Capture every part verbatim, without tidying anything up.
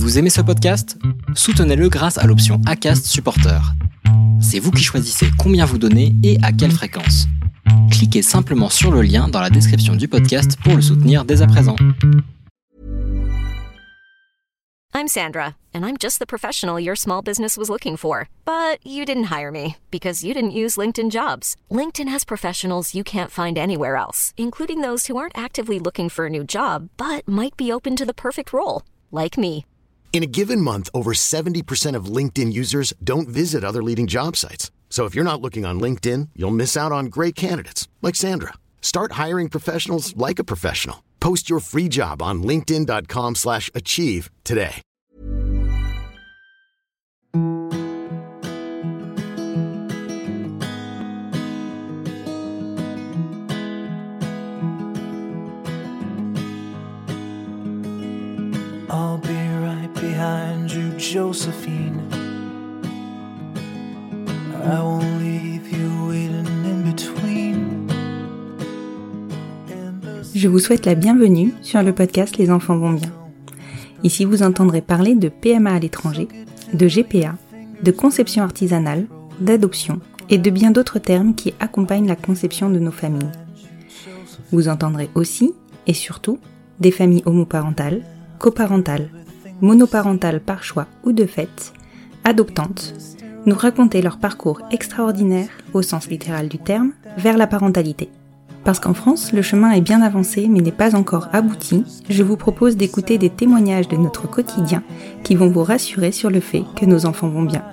Vous aimez ce podcast ? Soutenez-le grâce à l'option Acast Supporter. C'est vous qui choisissez combien vous donnez et à quelle fréquence. Cliquez simplement sur le lien dans la description du podcast pour le soutenir dès à présent. I'm Sandra, and I'm just the professional your small business was looking for. But you didn't hire me because you didn't use LinkedIn Jobs. LinkedIn has professionals you can't find anywhere else, including those who aren't actively looking for a new job, but might be open to the perfect role, like me. In a given month, over seventy percent of LinkedIn users don't visit other leading job sites. So if you're not looking on LinkedIn, you'll miss out on great candidates like Sandra. Start hiring professionals like a professional. Post your free job on linkedin.com slash achieve today. I'll be right behind you, Josephine. I won't leave you waiting in between. Je vous souhaite la bienvenue sur le podcast Les enfants vont bien. Ici, vous entendrez parler de P M A à l'étranger, de G P A, de conception artisanale, d'adoption et de bien d'autres termes qui accompagnent la conception de nos familles. Vous entendrez aussi, et surtout, des familles homoparentales, coparentales, monoparentales par choix ou de fait, adoptantes, nous raconter leur parcours extraordinaire, au sens littéral du terme, vers la parentalité. Parce qu'en France, le chemin est bien avancé mais n'est pas encore abouti, je vous propose d'écouter des témoignages de notre quotidien qui vont vous rassurer sur le fait que nos enfants vont bien.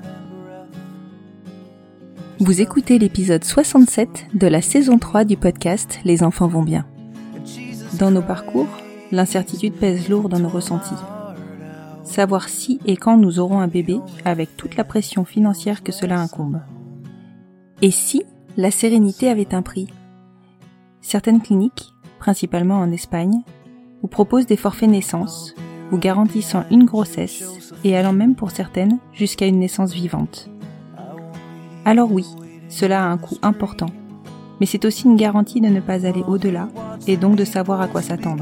Vous écoutez l'épisode soixante-sept de la saison trois du podcast Les enfants vont bien. Dans nos parcours, l'incertitude pèse lourd dans nos ressentis. Savoir si et quand nous aurons un bébé avec toute la pression financière que cela incombe. Et si la sérénité avait un prix ? Certaines cliniques, principalement en Espagne, vous proposent des forfaits naissance, vous garantissant une grossesse et allant même pour certaines jusqu'à une naissance vivante. Alors oui, cela a un coût important, mais c'est aussi une garantie de ne pas aller au-delà et donc de savoir à quoi s'attendre.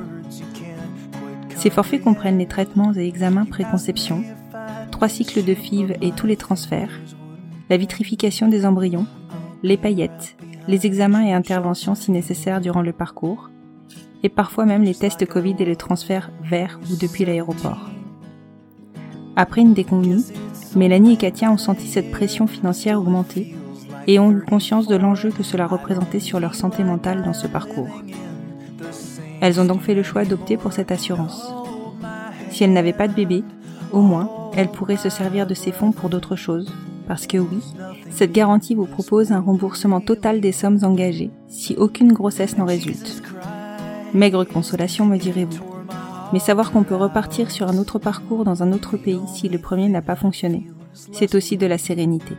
Ces forfaits comprennent les traitements et examens préconception, trois cycles de F I V et tous les transferts, la vitrification des embryons, les paillettes, les examens et interventions si nécessaire durant le parcours, et parfois même les tests Covid et le transfert vers ou depuis l'aéroport. Après une déconvenue, Mélanie et Katia ont senti cette pression financière augmenter et ont eu conscience de l'enjeu que cela représentait sur leur santé mentale dans ce parcours. Elles ont donc fait le choix d'opter pour cette assurance. Si elles n'avaient pas de bébé, au moins, elles pourraient se servir de ces fonds pour d'autres choses. Parce que oui, cette garantie vous propose un remboursement total des sommes engagées, si aucune grossesse n'en résulte. Maigre consolation, me direz-vous. Mais savoir qu'on peut repartir sur un autre parcours dans un autre pays si le premier n'a pas fonctionné, c'est aussi de la sérénité.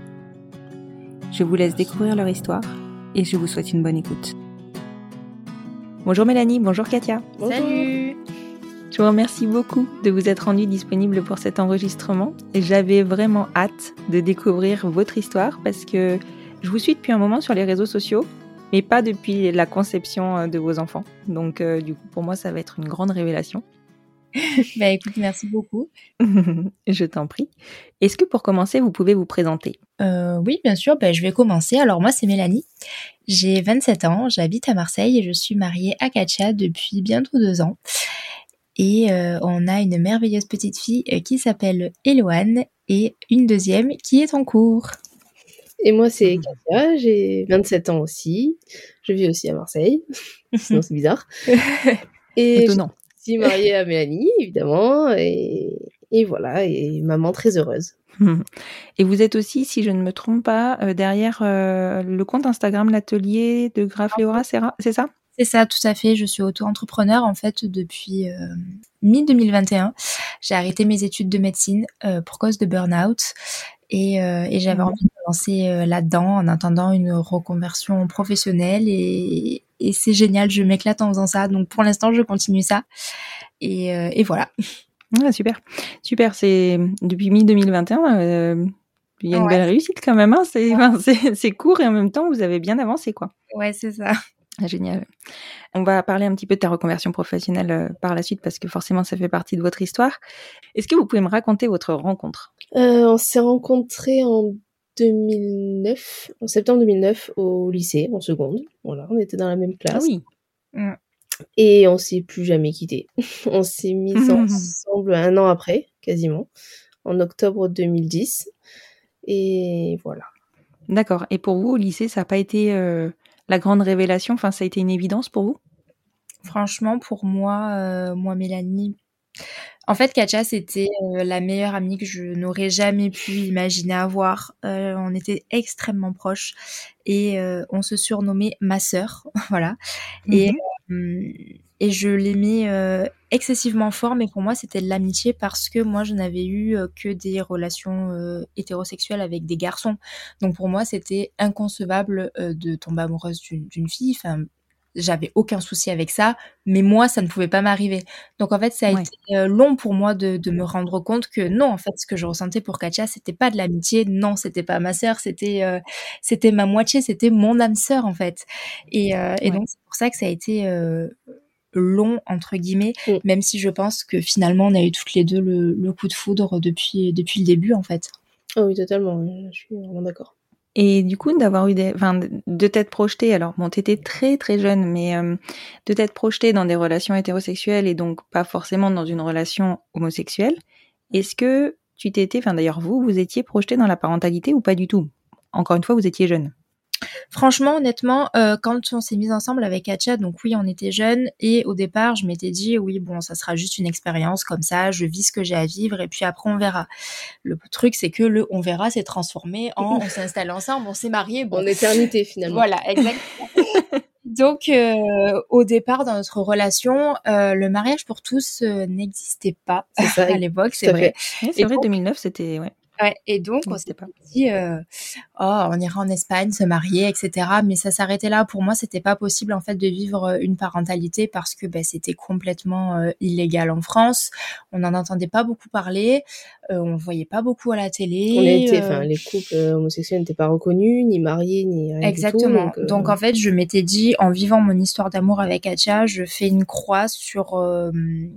Je vous laisse découvrir leur histoire, et je vous souhaite une bonne écoute. Bonjour Mélanie, bonjour Katia. Salut. Je vous remercie beaucoup de vous être rendu disponible pour cet enregistrement. Et j'avais vraiment hâte de découvrir votre histoire parce que je vous suis depuis un moment sur les réseaux sociaux, mais pas depuis la conception de vos enfants. Donc euh, du coup, pour moi, ça va être une grande révélation. Bah écoute, merci beaucoup. Je t'en prie. Est-ce que pour commencer, vous pouvez vous présenter ? euh, Oui, bien sûr, bah, je vais commencer. Alors moi, c'est Mélanie. J'ai vingt-sept ans, j'habite à Marseille et je suis mariée à Katia depuis bientôt deux ans. Et euh, on a une merveilleuse petite fille euh, qui s'appelle Éloane et une deuxième qui est en cours. Et moi, c'est Katia, j'ai vingt-sept ans aussi. Je vis aussi à Marseille, sinon c'est bizarre. Et étonnant. Je suis mariée à Mélanie, évidemment, et, et voilà, et maman très heureuse. Et vous êtes aussi, si je ne me trompe pas, euh, derrière euh, le compte Instagram L'Atelier de Graf Léora, c'est, ra- c'est ça ? C'est ça, tout à fait. Je suis auto-entrepreneur en fait depuis euh, mi deux mille vingt et un. J'ai arrêté mes études de médecine euh, pour cause de burn-out et, euh, et j'avais mmh. envie de me lancer euh, là-dedans en attendant une reconversion professionnelle et, et c'est génial, je m'éclate en faisant ça. Donc pour l'instant, je continue ça et, euh, et voilà. Ouais, super, super. C'est depuis mi deux mille vingt et un. Euh... Il y a une ouais. belle réussite quand même. Hein. C'est, ouais. enfin, c'est, c'est court et en même temps, vous avez bien avancé, quoi. Ouais, c'est ça. Ah, génial. On va parler un petit peu de ta reconversion professionnelle euh, par la suite parce que forcément ça fait partie de votre histoire. Est-ce que vous pouvez me raconter votre rencontre ? Euh, on s'est rencontrés en deux mille neuf, en septembre deux mille neuf, au lycée, en seconde. Voilà, on était dans la même classe. Ah oui. Et on s'est plus jamais quittés. On s'est mis ensemble un an après, quasiment, en octobre deux mille dix. Et voilà. D'accord. Et pour vous, au lycée, ça n'a pas été euh, la grande révélation ? Enfin, ça a été une évidence pour vous ? Franchement, pour moi, euh, moi, Mélanie... En fait, Katia, c'était euh, la meilleure amie que je n'aurais jamais pu imaginer avoir. Euh, on était extrêmement proches et euh, on se surnommait ma sœur, voilà. Et, Mhm. euh, et je l'aimais euh, excessivement fort, mais pour moi, c'était de l'amitié parce que moi, je n'avais eu euh, que des relations euh, hétérosexuelles avec des garçons. Donc pour moi, c'était inconcevable euh, de tomber amoureuse d'une, d'une fille. Enfin, j'avais aucun souci avec ça, mais moi, ça ne pouvait pas m'arriver. Donc, en fait, ça a Ouais. été euh, long pour moi de, de me rendre compte que non, en fait, ce que je ressentais pour Katia, c'était pas de l'amitié, non, c'était pas ma sœur, c'était euh, c'était ma moitié, c'était mon âme sœur, en fait. Et, euh, et Ouais. donc, c'est pour ça que ça a été euh, long, entre guillemets, Mm. même si je pense que finalement, on a eu toutes les deux le, le coup de foudre depuis, depuis le début, en fait. Ah oui, totalement, je suis vraiment d'accord. Et du coup, d'avoir eu des, enfin, de t'être projetée, alors bon, t'étais très très jeune, mais euh, de t'être projetée dans des relations hétérosexuelles et donc pas forcément dans une relation homosexuelle, est-ce que tu t'étais, enfin d'ailleurs vous, vous étiez projetée dans la parentalité ou pas du tout ? Encore une fois, vous étiez jeune. Franchement, honnêtement, euh, quand on s'est mis ensemble avec Katia, donc oui, on était jeunes et au départ, je m'étais dit oui, bon, ça sera juste une expérience comme ça, je vis ce que j'ai à vivre et puis après on verra. Le truc, c'est que le on verra s'est transformé en on s'est installé ensemble, on s'est mariés, bon. En éternité, finalement. Voilà, exactement. Donc, euh, au départ, dans notre relation, euh, le mariage pour tous euh, n'existait pas C'est ça, à l'époque, tout c'est à vrai. Ouais, c'est Et vrai, donc, deux mille neuf, c'était ouais. Ouais, et donc on N'hésitez s'est pas. dit euh, oh on ira en Espagne se marier, etc. Mais ça s'arrêtait là. Pour moi, c'était pas possible en fait de vivre une parentalité parce que ben, c'était complètement euh, illégal en France. On n'en entendait pas beaucoup parler, euh, on le voyait pas beaucoup à la télé. On était, euh, enfin, les couples euh, homosexuels n'étaient pas reconnus, ni mariés, ni rien Exactement. du tout. Donc, euh, Donc en fait, je m'étais dit, en vivant mon histoire d'amour avec Katia, je fais une croix sur euh,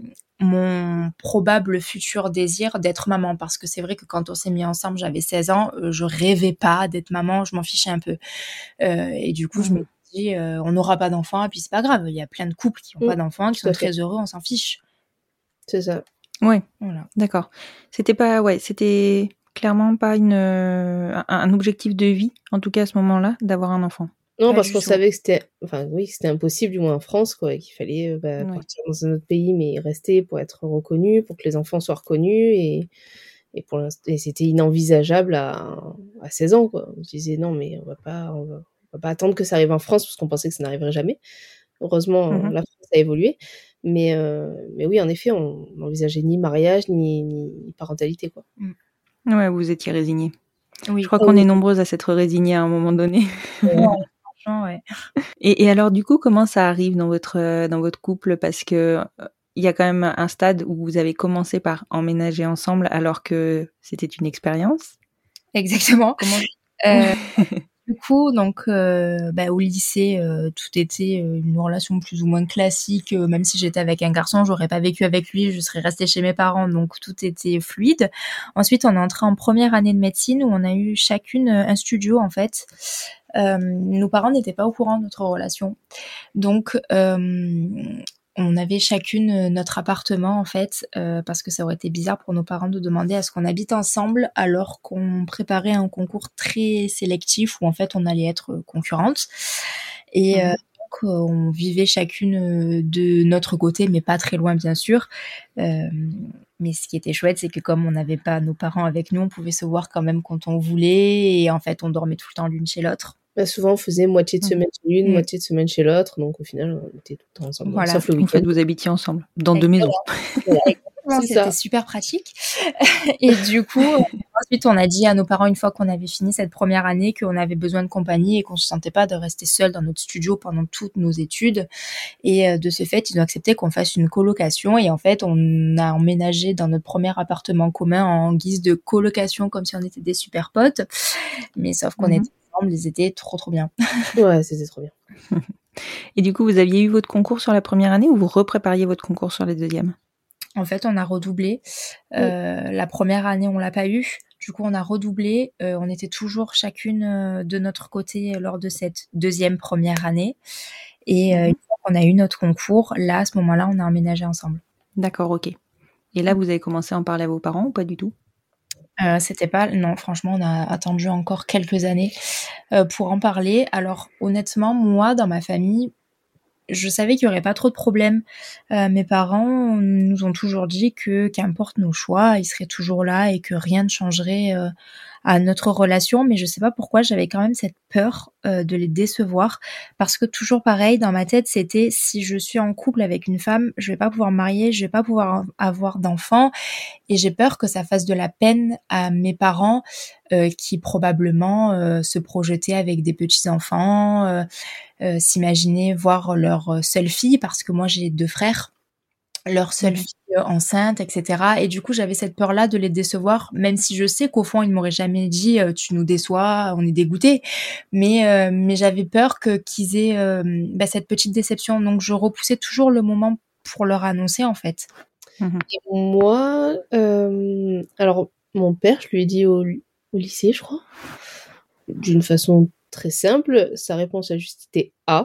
mon probable futur désir d'être maman. Parce que c'est vrai que quand on s'est mis ensemble, j'avais seize ans, euh, je rêvais pas d'être maman, je m'en fichais un peu. Euh, et du coup, je me Mhm. suis dit, euh, on n'aura pas d'enfants, et puis c'est pas grave. Il y a plein de couples qui n'ont Mm, pas d'enfants, qui tout à sont fait. très heureux, on s'en fiche. c'est ça. Ouais, Voilà. d'accord. C'était pas, ouais, c'était clairement pas une, euh, un, un objectif de vie, en tout cas à ce moment-là, d'avoir un enfant. Non, Pas parce du qu'on tout. savait que c'était, enfin oui, que c'était impossible, du moins en France, quoi, et qu'il fallait euh, bah, Ouais. partir dans un autre pays, mais y rester pour être reconnu, pour que les enfants soient reconnus, et, et pour l'instant, et c'était inenvisageable à, à seize ans, quoi. On se disait non, mais on va pas, on va, on va pas attendre que ça arrive en France, parce qu'on pensait que ça n'arriverait jamais. Heureusement, Mhm. la France a évolué, mais, euh, mais oui, en effet, on n'envisageait ni mariage, ni, ni parentalité, quoi. Ouais, vous étiez résignés. Oui. Je crois Ah qu'on oui. est nombreuses à s'être résignées à un moment donné. Ouais, franchement, ouais. Et, et alors, du coup, comment ça arrive dans votre, euh, dans votre couple ? Parce que euh, il y a quand même un stade où vous avez commencé par emménager ensemble alors que c'était une expérience. Exactement. Comment Euh, Du coup, donc, euh, bah, au lycée, euh, tout était euh, une relation plus ou moins classique. Euh, même si j'étais avec un garçon, j'aurais pas vécu avec lui, je serais restée chez mes parents, donc tout était fluide. Ensuite, on est entré en première année de médecine où on a eu chacune euh, un studio en fait. Euh, nos parents n'étaient pas au courant de notre relation, donc euh, on avait chacune notre appartement en fait, euh, parce que ça aurait été bizarre pour nos parents de demander à ce qu'on habite ensemble alors qu'on préparait un concours très sélectif où en fait on allait être concurrentes. Et euh, donc euh, on vivait chacune de notre côté, mais pas très loin bien sûr. Euh, mais ce qui était chouette, c'est que comme on n'avait pas nos parents avec nous, on pouvait se voir quand même quand on voulait. Et en fait, on dormait tout le temps l'une chez l'autre. Bah, souvent, on faisait moitié de Mhm. semaine chez l'une, Mm. moitié de semaine chez l'autre, donc au final, on était tout le temps ensemble, Voilà. sauf le En week-end. fait, vous habitiez ensemble dans deux maisons. Voilà. Non, C'est c'était ça. super pratique. Et du coup, ensuite, on a dit à nos parents, une fois qu'on avait fini cette première année, qu'on avait besoin de compagnie et qu'on se sentait pas de rester seul dans notre studio pendant toutes nos études. Et euh, de ce fait, ils ont accepté qu'on fasse une colocation. Et en fait, on a emménagé dans notre premier appartement commun en guise de colocation, comme si on était des super potes. Mais sauf qu'on Mhm. était ensemble, ils étaient trop, trop bien. Ouais, c'était trop bien. Et du coup, vous aviez eu votre concours sur la première année ou vous reprépariez votre concours sur la deuxième ? En fait, on a redoublé. Euh, oui. La première année, on l'a pas eu. Du coup, on a redoublé. Euh, on était toujours chacune euh, de notre côté lors de cette deuxième première année. Et euh, mmh. une fois qu'on a eu notre concours, là, à ce moment-là, on a emménagé ensemble. D'accord, ok. Et là, vous avez commencé à en parler à vos parents ou pas du tout ? Euh, c'était pas... Non, franchement, on a attendu encore quelques années euh, pour en parler. Alors, honnêtement, moi, dans ma famille, je savais qu'il y aurait pas trop de problèmes. Euh, mes parents nous ont toujours dit que, qu'importe nos choix, ils seraient toujours là et que rien ne changerait euh, à notre relation. Mais je sais pas pourquoi, j'avais quand même cette peur euh, de les décevoir. Parce que toujours pareil, dans ma tête, c'était si je suis en couple avec une femme, je vais pas pouvoir me marier, je vais pas pouvoir avoir d'enfants. Et j'ai peur que ça fasse de la peine à mes parents euh, qui probablement euh, se projetaient avec des petits-enfants, euh, euh, s'imaginer voir leur seule fille, parce que moi j'ai deux frères, leur seule mmh. fille enceinte, et cetera. Et du coup, j'avais cette peur-là de les décevoir, même si je sais qu'au fond, ils m'auraient jamais dit euh, « tu nous déçois, on est dégoûtés ». Mais, euh, mais j'avais peur que, qu'ils aient euh, bah, cette petite déception. Donc, je repoussais toujours le moment pour leur annoncer, en fait. Mmh. Et moi, euh, alors, mon père, je lui ai dit au, au lycée, je crois, d'une façon très simple, sa réponse a juste été « A ».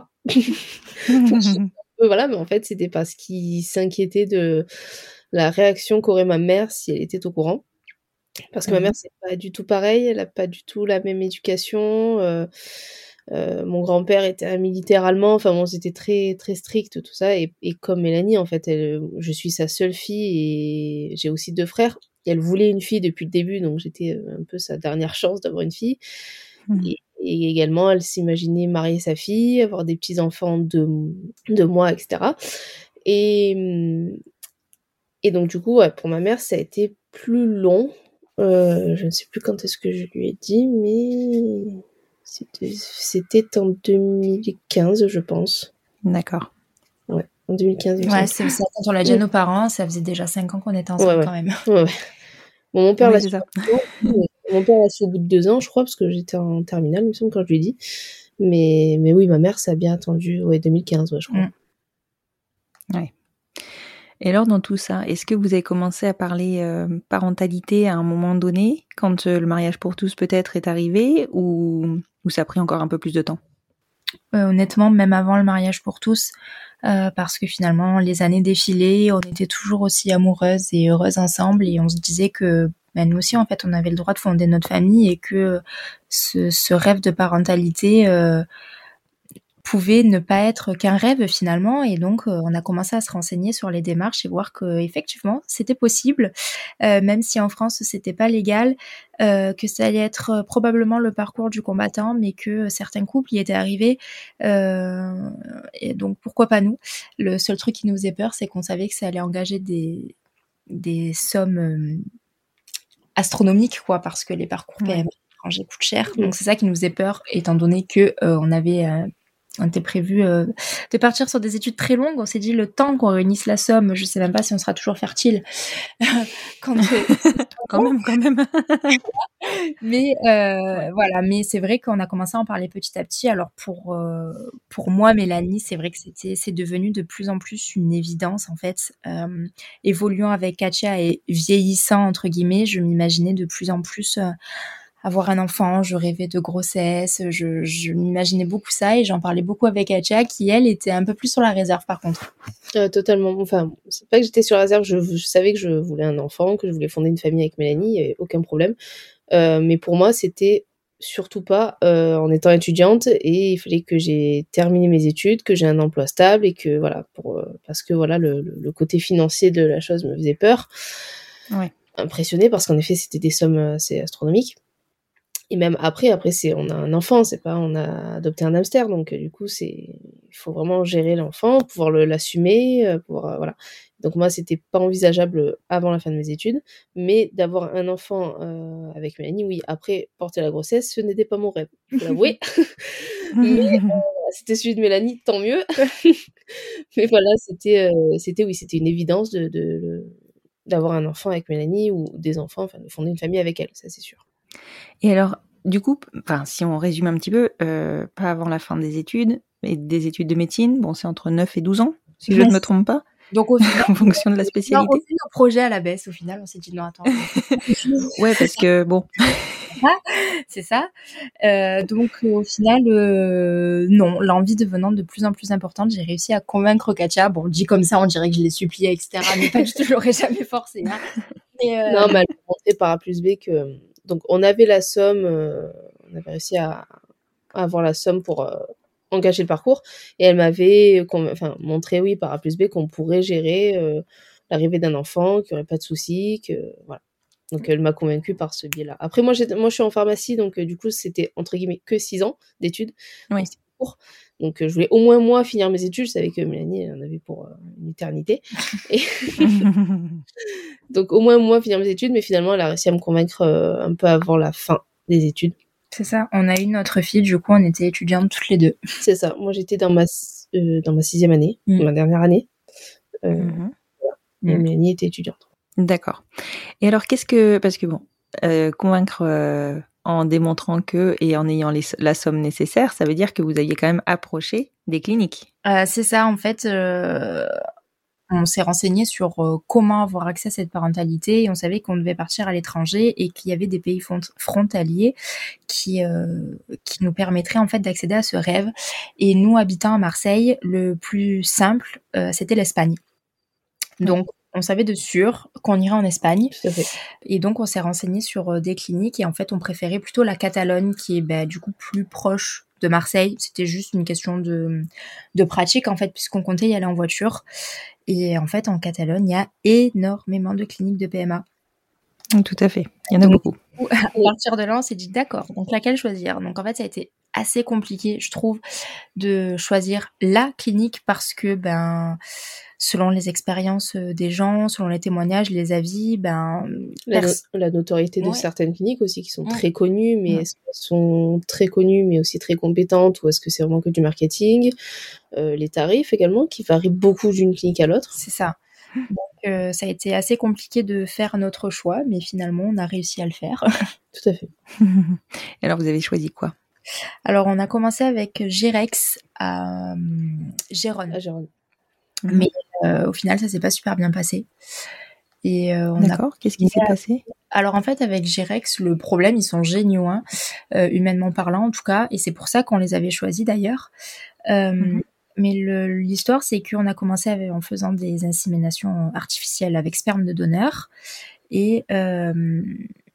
Voilà, mais en fait, c'était parce qu'il s'inquiétait de la réaction qu'aurait ma mère si elle était au courant. Parce que mmh. ma mère, c'est pas du tout pareil, elle a pas du tout la même éducation. Euh, euh, mon grand-père était un militaire allemand, enfin bon, c'était très très strict tout ça. Et, et comme Mélanie, en fait, elle, je suis sa seule fille et j'ai aussi deux frères. Et elle voulait une fille depuis le début, donc j'étais un peu sa dernière chance d'avoir une fille. Mmh. Et, Et également, elle s'imaginait marier sa fille, avoir des petits-enfants de, de moi, et cetera. Et, et donc, du coup, ouais, pour ma mère, ça a été plus long. Euh, je ne sais plus quand est-ce que je lui ai dit, mais c'était, c'était en deux mille quinze, je pense. D'accord. Ouais, en deux mille quinze. Ouais, c'est ça. Quand on l'a dit à nos parents, ça faisait déjà cinq ans qu'on était ensemble, ouais, ouais. quand même. Ouais, ouais. Bon, mon père oui, l'a c'est su. ça. Mon père l'a su au bout de deux ans, je crois, parce que j'étais en terminale, il me semble, quand je lui ai dit. Mais, mais oui, ma mère, ça a bien attendu, ouais, deux mille quinze, ouais, je crois. Mmh. Ouais. Et alors, dans tout ça, est-ce que vous avez commencé à parler euh, parentalité à un moment donné, quand euh, le mariage pour tous peut-être est arrivé, ou, ou ça a pris encore un peu plus de temps ? euh, Honnêtement, même avant le mariage pour tous, euh, parce que finalement, les années défilaient, on était toujours aussi amoureuses et heureuses ensemble, et on se disait que ben, nous aussi, en fait, on avait le droit de fonder notre famille, et que ce, ce rêve de parentalité euh, pouvait ne pas être qu'un rêve finalement. Et donc euh, on a commencé à se renseigner sur les démarches et voir que effectivement c'était possible, euh, même si en France c'était pas légal, euh, que ça allait être probablement le parcours du combattant, mais que certains couples y étaient arrivés, euh, et donc pourquoi pas nous. Le seul truc qui nous faisait peur, c'est qu'on savait que ça allait engager des des sommes euh, astronomiques, quoi, parce que les parcours P M étrangers coûtent cher. Donc c'est ça qui nous faisait peur, étant donné que euh, on avait euh, on était prévu euh, de partir sur des études très longues. On s'est dit le temps qu'on réunisse la somme, je sais même pas si on sera toujours fertile. quand quand même, quand même. mais euh, ouais. Voilà, mais c'est vrai qu'on a commencé à en parler petit à petit. Alors pour euh, pour moi, Mélanie, c'est vrai que c'était c'est devenu de plus en plus une évidence en fait. Euh, évoluant avec Katia et vieillissant entre guillemets, je m'imaginais de plus en plus euh, avoir un enfant, je rêvais de grossesse, je, je m'imaginais beaucoup ça, et j'en parlais beaucoup avec Katia, qui elle était un peu plus sur la réserve par contre. Euh, totalement, enfin, c'est pas que j'étais sur la réserve, je, je savais que je voulais un enfant, que je voulais fonder une famille avec Mélanie, il n'y avait aucun problème, euh, mais pour moi c'était surtout pas euh, en étant étudiante, et il fallait que j'ai terminé mes études, que j'ai un emploi stable, et que voilà, pour, euh, parce que voilà, le, le, le côté financier de la chose me faisait peur, ouais. Impressionné, parce qu'en effet c'était des sommes assez astronomiques. Et même après, après c'est, on a un enfant, c'est pas, on a adopté un hamster, donc euh, du coup, c'est, il faut vraiment gérer l'enfant, pouvoir le, l'assumer, euh, pouvoir, euh, voilà. Donc moi, c'était pas envisageable avant la fin de mes études, mais d'avoir un enfant euh, avec Mélanie, oui. Après, porter la grossesse, ce n'était pas mon rêve, je peux l'avouer. mais euh, c'était celui de Mélanie, tant mieux. mais voilà, c'était, euh, c'était, oui, c'était une évidence de, de, de, d'avoir un enfant avec Mélanie, ou des enfants, enfin, de fonder une famille avec elle, ça c'est sûr. Et alors, du coup, enfin, si on résume un petit peu, euh, pas avant la fin des études, et des études de médecine. Bon, c'est entre neuf et douze ans, si je ne me trompe pas. Donc, au final, en fonction de la spécialité. On a refait nos projets à la baisse, au final. On s'est dit, non, attends. ouais, parce que, bon. c'est ça. Euh, donc, au final, euh, non, l'envie devenant de plus en plus importante, j'ai réussi à convaincre Katia. Bon, dit comme ça, on dirait que je l'ai supplié, et cetera. Mais pas du tout, je l'aurais jamais forcé. Hein. Mais euh... Non, mais elle m'a montré par A plus B que... Donc, on avait la somme, euh, on avait réussi à, à avoir la somme pour... Euh... engager le parcours, et elle m'avait enfin, montré, oui, par A plus B, qu'on pourrait gérer euh, l'arrivée d'un enfant, qu'il n'y aurait pas de soucis, que voilà. Donc elle m'a convaincue par ce biais-là. Après, moi, moi je suis en pharmacie, donc euh, du coup, c'était entre guillemets que six ans d'études. Oui. C'était court. Donc euh, je voulais au moins moi finir mes études. Je savais que Mélanie en avait pour euh, une éternité. Et donc au moins moi finir mes études, mais finalement, elle a réussi à me convaincre euh, un peu avant la fin des études. C'est ça, on a eu notre fille, du coup on était étudiantes toutes les deux. C'est ça, moi j'étais dans ma, euh, dans ma sixième année, mmh. ma dernière année, euh, mmh. voilà. Et mmh. Mélanie était étudiante. D'accord. Et alors qu'est-ce que, parce que bon, euh, convaincre euh, en démontrant que et en ayant les, la somme nécessaire, ça veut dire que vous aviez quand même approché des cliniques. Euh, c'est ça, en fait... Euh... On s'est renseigné sur euh, comment avoir accès à cette parentalité et on savait qu'on devait partir à l'étranger et qu'il y avait des pays font- frontaliers qui euh, qui nous permettraient en fait d'accéder à ce rêve. Et nous, habitant à Marseille, le plus simple, euh, c'était l'Espagne. Donc, on savait de sûr qu'on irait en Espagne. Tout à fait. Et donc, on s'est renseigné sur euh, des cliniques et en fait, on préférait plutôt la Catalogne qui est bah, du coup plus proche de Marseille. C'était juste une question de, de pratique en fait, puisqu'on comptait y aller en voiture. Et en fait, en Catalogne, il y a énormément de cliniques de P M A. Tout à fait, il y en a donc, beaucoup. À partir de là, on s'est dit d'accord, donc laquelle choisir ? Donc en fait, ça a été assez compliqué, je trouve, de choisir la clinique parce que, ben, selon les expériences des gens, selon les témoignages, les avis, ben... La, pers- no- la notoriété de ouais. certaines cliniques aussi qui sont Ouais. très connues, mais Ouais. est-ce qu'elles sont très connues mais aussi très compétentes ou est-ce que c'est vraiment que du marketing ? euh, Les tarifs également qui varient beaucoup d'une clinique à l'autre. C'est ça. Donc euh, ça a été assez compliqué de faire notre choix, mais finalement, on a réussi à le faire. Tout à fait. Et alors, vous avez choisi quoi ? Alors, on a commencé avec Gérex à euh, Gérone. À Gérone. Mais euh, au final, ça s'est pas super bien passé. Et euh, on D'accord, a... qu'est-ce qui s'est passé ? Alors en fait, avec Gérex, le problème, ils sont géniaux, hein, euh, humainement parlant en tout cas, et c'est pour ça qu'on les avait choisis d'ailleurs. Euh, mm-hmm. Mais le, l'histoire, c'est qu'on a commencé avec, en faisant des inséminations artificielles avec sperme de donneur, et euh,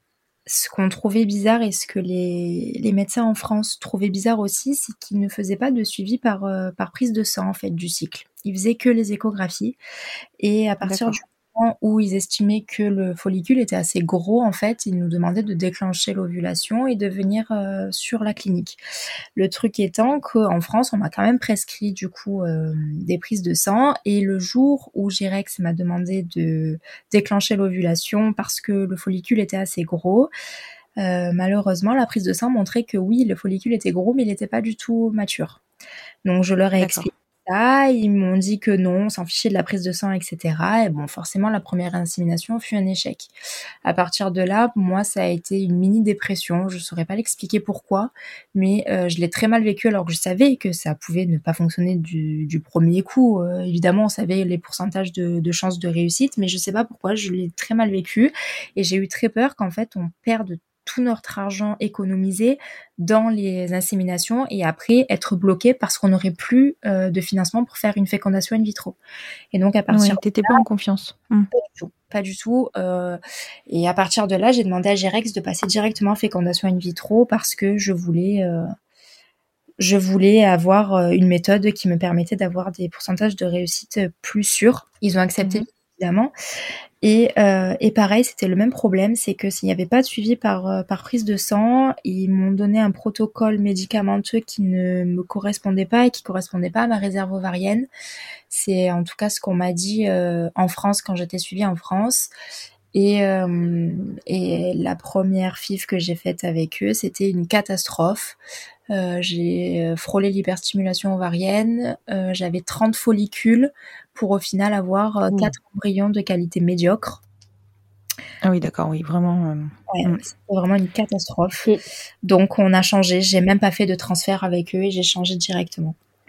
ce qu'on trouvait bizarre et ce que les, les médecins en France trouvaient bizarre aussi, c'est qu'ils ne faisaient pas de suivi par, euh, par prise de sang en fait du cycle. Ils faisaient que les échographies, et à partir D'accord. du où ils estimaient que le follicule était assez gros, en fait, ils nous demandaient de déclencher l'ovulation et de venir euh, sur la clinique. Le truc étant qu'en France, on m'a quand même prescrit du coup euh, des prises de sang, et le jour où Gérex m'a demandé de déclencher l'ovulation parce que le follicule était assez gros, euh, malheureusement, la prise de sang montrait que oui, le follicule était gros, mais il n'était pas du tout mature. Donc je leur ai D'accord. expliqué ça, ils m'ont dit que non, on s'en fichait de la prise de sang, et cetera. Et bon, forcément, la première insémination fut un échec. À partir de là, moi, ça a été une mini-dépression. Je saurais pas l'expliquer pourquoi, mais euh, je l'ai très mal vécu alors que je savais que ça pouvait ne pas fonctionner du, du premier coup. Euh, évidemment, on savait les pourcentages de, de chances de réussite, mais je sais pas pourquoi, je l'ai très mal vécu et j'ai eu très peur qu'en fait, on perde tout notre argent économisé dans les inséminations et après être bloqué parce qu'on n'aurait plus euh, de financement pour faire une fécondation in vitro. Et donc à partir ouais, t'étais de là, pas en confiance. Pas du tout, pas du tout. Euh, et à partir de là, j'ai demandé à Gérex de passer directement en fécondation in vitro parce que je voulais, euh, je voulais avoir une méthode qui me permettait d'avoir des pourcentages de réussite plus sûrs. Ils ont accepté. Mmh. Évidemment. Et, euh, et pareil, c'était le même problème, c'est que s'il n'y avait pas de suivi par, euh, par prise de sang, ils m'ont donné un protocole médicamenteux qui ne me correspondait pas et qui correspondait pas à ma réserve ovarienne. C'est en tout cas ce qu'on m'a dit euh, en France quand j'étais suivie en France. Et, euh, et la première F I V que j'ai faite avec eux, c'était une catastrophe. Euh, j'ai frôlé l'hyperstimulation ovarienne, euh, j'avais trente follicules pour au final avoir euh, quatre embryons de qualité médiocre. Ah oui, d'accord, oui, vraiment. Euh... Ouais, mm. C'était vraiment une catastrophe. Mm. Donc on a changé, j'ai même pas fait de transfert avec eux et j'ai changé directement.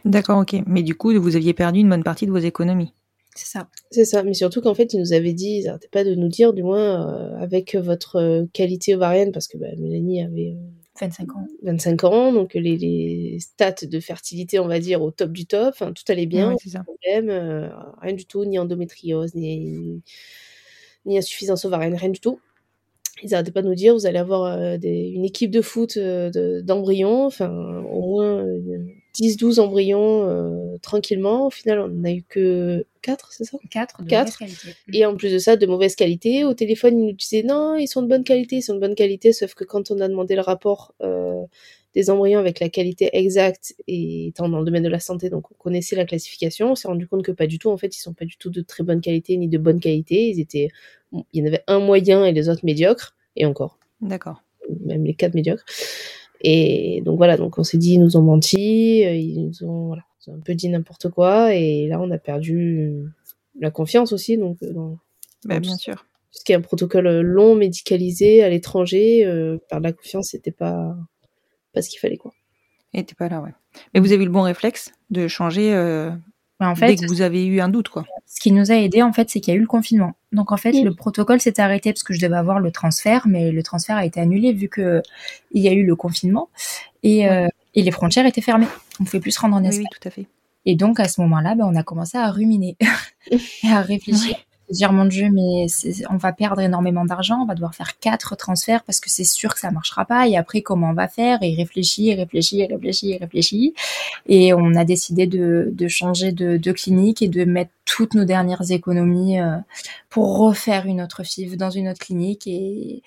D'accord, ok. Mais du coup, vous aviez perdu une bonne partie de vos économies. C'est ça. C'est ça, mais surtout qu'en fait, ils nous avaient dit, ils n'arrêtaient pas de nous dire, du moins, euh, avec votre euh, qualité ovarienne, parce que bah, Mélanie avait euh, vingt-cinq ans. vingt-cinq ans, donc les, les stats de fertilité, on va dire, au top du top, enfin, tout allait bien, Ouais, c'est ça. pas de problème, euh, rien du tout, ni endométriose, ni, ni insuffisance ovarienne, rien du tout. Ils n'arrêtaient pas de nous dire, vous allez avoir euh, des, une équipe de foot euh, de, d'embryons, enfin, au moins euh, dix douze embryons euh, tranquillement. Au final, on n'a eu que quatre, c'est ça ? quatre de Quatre. mauvaise qualité. Et en plus de ça, de mauvaise qualité. Au téléphone, ils nous disaient non, ils sont de bonne qualité, ils sont de bonne qualité, sauf que quand on a demandé le rapport euh, des embryons avec la qualité exacte, et étant dans le domaine de la santé, donc on connaissait la classification, on s'est rendu compte que pas du tout, en fait, ils sont pas du tout de très bonne qualité, ni de bonne qualité. Ils étaient, il y en avait un moyen et les autres médiocres, et encore. D'accord. Même les quatre médiocres. Et donc voilà, donc on s'est dit, ils nous ont menti, ils nous ont, voilà, ils ont un peu dit n'importe quoi, et là on a perdu la confiance aussi, donc dans, Bah, dans bien tout, sûr. tout ce qui est un protocole long, médicalisé à l'étranger, euh, perdre la confiance, c'était pas, pas ce qu'il fallait, quoi. Et t'es pas là, ouais. Mais vous avez eu le bon réflexe de changer euh, En fait, dès que vous avez eu un doute, quoi. ce qui nous a aidé, en fait, c'est qu'il y a eu le confinement. Donc, en fait, Mmh. le protocole s'était arrêté parce que je devais avoir le transfert, mais le transfert a été annulé vu que il y a eu le confinement et, Ouais. euh, et les frontières étaient fermées. On ne pouvait plus se rendre en Oui, Espagne. oui, tout à fait. Et donc, à ce moment-là, ben, on a commencé à ruminer et à réfléchir. Ouais. Se dire, mon Dieu, mais c'est- on va perdre énormément d'argent, on va devoir faire quatre transferts parce que c'est sûr que ça marchera pas. Et après, comment on va faire? Et réfléchir, et réfléchir, et réfléchir, et réfléchir. Et on a décidé de, de changer de, de clinique et de mettre toutes nos dernières économies euh, pour refaire une autre F I V dans une autre clinique et,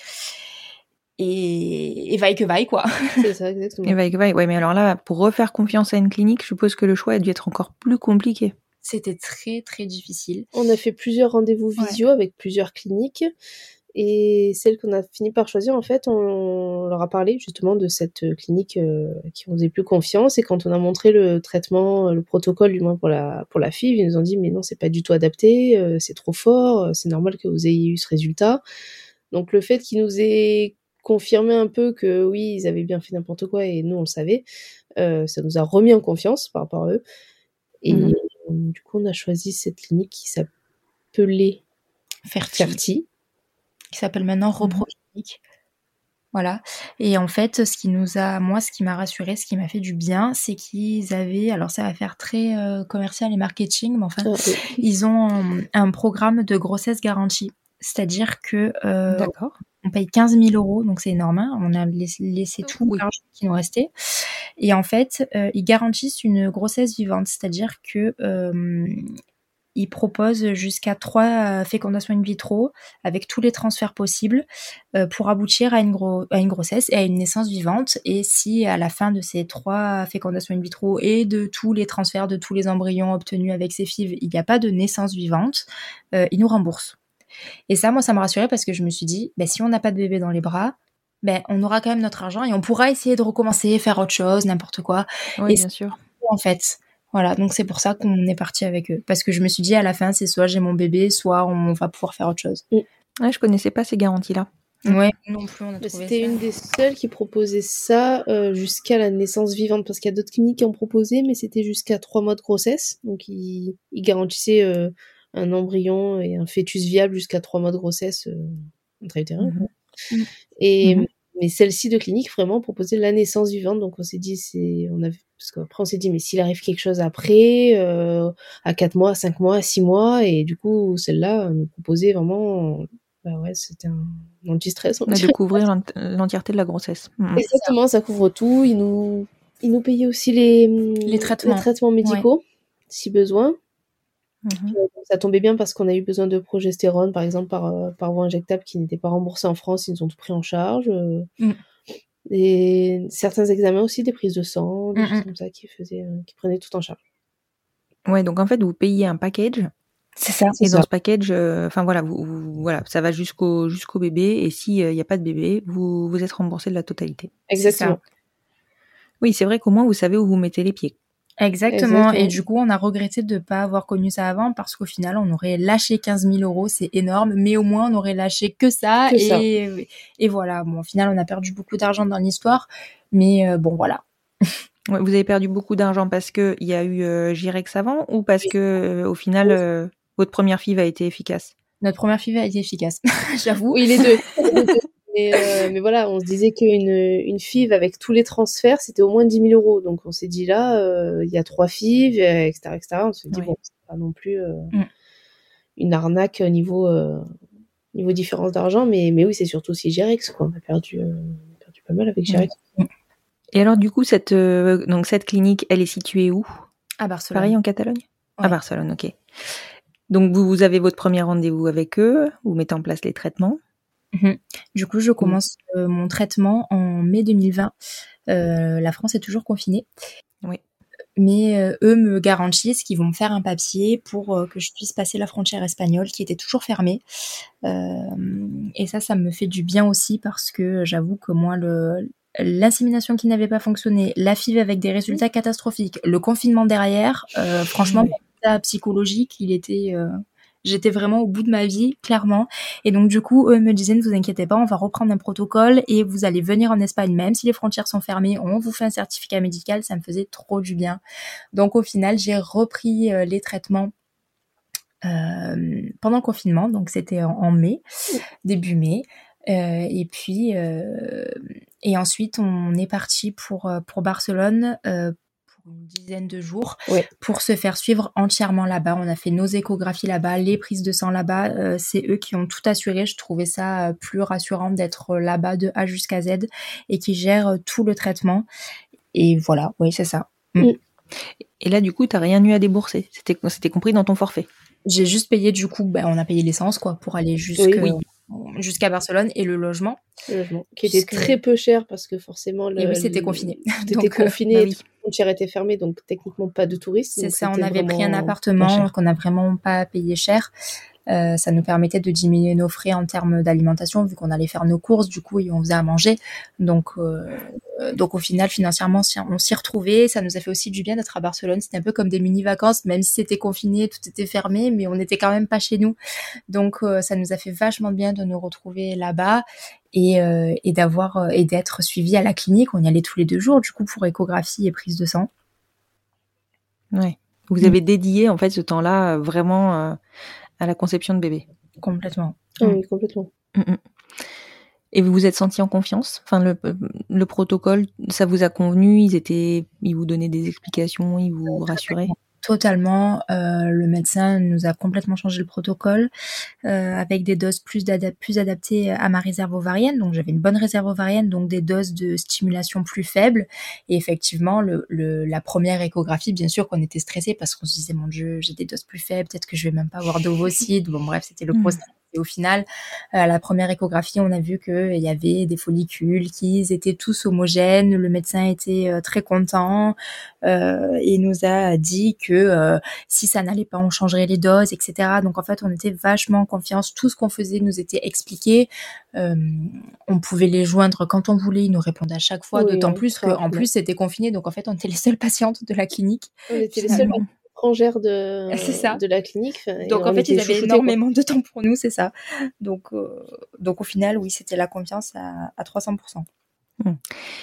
et, et vaille que vaille, quoi. C'est ça, exactement. Et vague, vague. Ouais, mais alors là, pour refaire confiance à une clinique, je suppose que le choix a dû être encore plus compliqué. C'était très, très difficile. On a fait plusieurs rendez-vous visio avec plusieurs cliniques. Et celle qu'on a fini par choisir, en fait, on leur a parlé justement de cette clinique euh, qui on faisait plus confiance. Et quand on a montré le traitement, le protocole, du moins pour la, pour la F I V, ils nous ont dit, mais non, c'est pas du tout adapté, euh, c'est trop fort, euh, c'est normal que vous ayez eu ce résultat. Donc le fait qu'ils nous aient confirmé un peu que oui, ils avaient bien fait n'importe quoi et nous, on le savait, euh, ça nous a remis en confiance par rapport à eux. Et Mhm. du coup, on a choisi cette clinique qui s'appelait Ferti, Ferti. qui s'appelle maintenant Reprogénique. Voilà. Et en fait, ce qui nous a, moi, ce qui m'a rassurée, ce qui m'a fait du bien, c'est qu'ils avaient, alors ça va faire très euh, commercial et marketing, mais enfin, Ah, oui. ils ont un, un programme de grossesse garantie. C'est-à-dire que euh, D'accord. on paye quinze mille euros, donc c'est énorme. Hein. On a laissé, laissé tout Oui. l'argent qui nous restait. Et en fait, euh, ils garantissent une grossesse vivante, c'est-à-dire que euh, ils proposent jusqu'à trois fécondations in vitro avec tous les transferts possibles euh, pour aboutir à une, gros, à une grossesse et à une naissance vivante. Et si à la fin de ces trois fécondations in vitro et de tous les transferts de tous les embryons obtenus avec ces F I V, il n'y a pas de naissance vivante, euh, ils nous remboursent. Et ça, moi, ça m'a rassurée parce que je me suis dit, ben, si on n'a pas de bébé dans les bras, ben, on aura quand même notre argent et on pourra essayer de recommencer, faire autre chose, n'importe quoi. Oui, Et bien sûr. en fait, voilà, donc c'est pour ça qu'on est parti avec eux. Parce que je me suis dit, à la fin, c'est soit j'ai mon bébé, soit on va pouvoir faire autre chose. Ouais, je connaissais pas ces garanties-là. Ouais, non plus, on a Bah, trouvé c'était ça. une des seules qui proposait ça euh, jusqu'à la naissance vivante, parce qu'il y a d'autres cliniques qui en proposaient, mais c'était jusqu'à trois mois de grossesse. Donc, ils, ils garantissaient euh, un embryon et un fœtus viable jusqu'à trois mois de grossesse euh, intra-utérin. Mhm. Mhm. Et Mhm. mais celle-ci de clinique vraiment proposait la naissance vivante. Donc, on s'est dit, c'est, on avait, parce qu'après on s'est dit, mais s'il arrive quelque chose après, euh, à quatre mois, à cinq mois, à six mois, et du coup, celle-là nous proposait vraiment, bah ouais, c'était un anti-stress. on va Ouais, dire. de couvrir l'ent- l'entièreté de la grossesse. Mhm. Exactement, ça couvre tout. Ils nous, ils nous payaient aussi les, Les traitements. les traitements médicaux, si besoin. Mhm. Euh, ça tombait bien parce qu'on a eu besoin de progestérone, par exemple, par, euh, par voie injectable qui n'était pas remboursé en France. Ils nous ont tout pris en charge. euh, Mm. Et certains examens aussi, des prises de sang, des Mm, choses mm. comme ça, qui, faisaient, euh, qui prenaient tout en charge. Ouais, donc en fait, vous payez un package. C'est ça. Et dans ce package, enfin euh, voilà, vous, vous, voilà, ça va jusqu'au jusqu'au bébé. Et s'il n'y euh, a pas de bébé, vous, vous êtes remboursé de la totalité. Exactement. ça. Oui, c'est vrai qu'au moins vous savez où vous mettez les pieds. Exactement. Exactement. Et du coup, on a regretté de ne pas avoir connu ça avant parce qu'au final, on aurait lâché quinze mille euros, c'est énorme, mais au moins, on aurait lâché que ça. Que et, ça. et voilà. Bon, au final, on a perdu beaucoup d'argent dans l'histoire, mais euh, bon, voilà. Ouais, vous avez perdu beaucoup d'argent parce qu'il y a eu euh, Girex avant ou parce que euh, au final, euh, votre première F I V a été efficace? Notre première F I V a été efficace, j'avoue. Oui, les deux. Les deux. Mais, euh, mais voilà, on se disait qu'une une F I V avec tous les transferts, c'était au moins dix mille euros. Donc on s'est dit là, il euh, y a trois F I V, et cetera, et cetera. On s'est dit, Ouais. bon, c'est pas non plus euh, Mm. une arnaque niveau, euh, niveau différence d'argent. Mais, mais oui, c'est surtout aussi Girex, quoi. On a perdu, euh, on a perdu pas mal avec Girex. Mm. Et alors, du coup, cette, euh, donc, cette clinique, elle est située où? À Barcelone. Pareil, en Catalogne? Ouais. À Barcelone, ok. Donc, vous, vous avez votre premier rendez-vous avec eux, vous mettez en place les traitements. Mmh. Du coup, je commence mmh. euh, mon traitement en mai deux mille vingt. Euh, la France est toujours confinée. Oui. Mais euh, eux me garantissent qu'ils vont me faire un papier pour euh, que je puisse passer la frontière espagnole qui était toujours fermée. Euh, et ça, ça me fait du bien aussi parce que j'avoue que moi, le, l'insémination qui n'avait pas fonctionné, la F I V avec des résultats catastrophiques, le confinement derrière, euh, franchement, mon état psychologique, il était... Euh, J'étais vraiment au bout de ma vie, clairement. Et donc, du coup, eux me disaient, ne vous inquiétez pas, on va reprendre un protocole et vous allez venir en Espagne, même si les frontières sont fermées, on vous fait un certificat médical. Ça me faisait trop du bien. Donc, au final, j'ai repris euh, les traitements euh, pendant le confinement. Donc, c'était en, en mai, début mai. Euh, et puis, euh, et ensuite, on est parti pour, pour Barcelone, euh, une dizaine de jours ouais. pour se faire suivre entièrement là-bas. On a fait nos échographies là-bas, les prises de sang là-bas. Euh, c'est eux qui ont tout assuré. Je trouvais ça euh, plus rassurant d'être là-bas de A jusqu'à Z et qui gèrent euh, tout le traitement. Et voilà, oui, c'est ça. Mm. Et là, du coup, t'as rien eu à débourser. C'était, c'était compris dans ton forfait. J'ai juste payé, du coup, ben, on a payé l'essence, quoi, pour aller jusque, oui, oui. jusqu'à Barcelone et le logement. Le logement, qui était Puisque... très peu cher parce que forcément... Le, et oui, c'était le... confiné. Tout était confiné, euh, bah oui. Les frontières étaient fermées, donc techniquement pas de touristes. C'est ça, on avait pris un appartement qu'on n'a vraiment pas payé cher. Euh, ça nous permettait de diminuer nos frais en termes d'alimentation vu qu'on allait faire nos courses du coup et on faisait à manger donc euh, donc au final financièrement on s'y retrouvait. Ça nous a fait aussi du bien d'être à Barcelone. C'était un peu comme des mini vacances, même si c'était confiné, tout était fermé, mais on n'était quand même pas chez nous, donc euh, ça nous a fait vachement de bien de nous retrouver là-bas et, euh, et d'avoir euh, et d'être suivis à la clinique. On y allait tous les deux jours du coup pour échographie et prise de sang. Ouais, vous avez mmh. dédié en fait ce temps-là vraiment euh... à la conception de bébé. Complètement. Ah oui, complètement. Mmh. Et vous vous êtes senti en confiance? Enfin, le, le protocole, ça vous a convenu? Ils étaient, ils vous donnaient des explications, ils vous rassuraient? Totalement. Euh, le médecin nous a complètement changé le protocole euh, avec des doses plus, d'adap- plus adaptées à ma réserve ovarienne. Donc, j'avais une bonne réserve ovarienne, donc des doses de stimulation plus faibles. Et effectivement, le, le, la première échographie, bien sûr qu'on était stressé parce qu'on se disait, mon Dieu, j'ai des doses plus faibles, peut-être que je vais même pas avoir d'ovocytes. Bon, bref, c'était le procès. Et au final, à la première échographie, on a vu qu'il y avait des follicules, qu'ils étaient tous homogènes. Le médecin était euh, très content euh, et nous a dit que euh, si ça n'allait pas, on changerait les doses, et cetera. Donc en fait, on était vachement en confiance. Tout ce qu'on faisait nous était expliqué. Euh, on pouvait les joindre quand on voulait. Ils nous répondaient à chaque fois, oui, d'autant oui, plus qu'en plus, c'était confiné. Donc en fait, on était les seules patientes de la clinique. On était les seules étrangères de, de la clinique. Donc en fait, ils avaient énormément quoi. de temps pour nous, c'est ça. Donc, euh, donc au final, oui, c'était la confiance à, à trois cents pour cent. Mmh.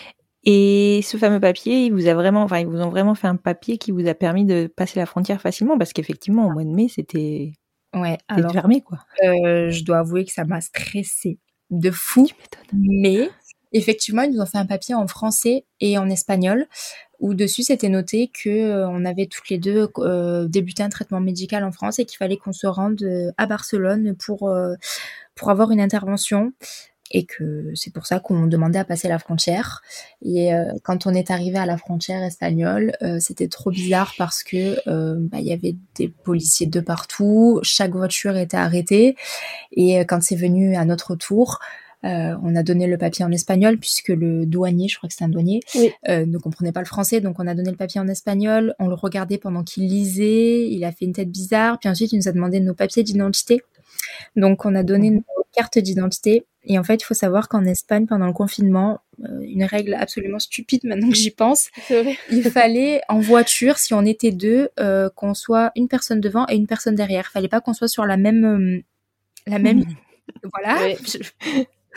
Et ce fameux papier, il vous a vraiment, enfin, ils vous ont vraiment fait un papier qui vous a permis de passer la frontière facilement, parce qu'effectivement, au mois de mai, c'était, ouais, c'était alors, fermé, quoi. Euh, je dois avouer que ça m'a stressée de fou. Tu m'étonnes. Mais effectivement, ils nous ont fait un papier en français et en espagnol, où dessus c'était noté que euh, on avait toutes les deux euh, débuté un traitement médical en France et qu'il fallait qu'on se rende euh, à Barcelone pour euh, pour avoir une intervention. Et que c'est pour ça qu'on demandait à passer la frontière. Et euh, quand on est arrivé à la frontière espagnole, euh, c'était trop bizarre parce que euh, bah, y avait des policiers de partout, chaque voiture était arrêtée. Et euh, quand c'est venu à notre tour, euh, on a donné le papier en espagnol puisque le douanier, je crois que c'est un douanier, oui. euh, ne comprenait pas le français. Donc on a donné le papier en espagnol, on le regardait pendant qu'il lisait, il a fait une tête bizarre. Puis ensuite, il nous a demandé nos papiers d'identité. Donc on a donné nos cartes d'identité. Et en fait, il faut savoir qu'en Espagne, pendant le confinement, euh, une règle absolument stupide maintenant que j'y pense, il fallait en voiture, si on était deux, euh, qu'on soit une personne devant et une personne derrière. Il fallait pas qu'on soit sur la même, euh, la même. Mmh. Voilà. Oui.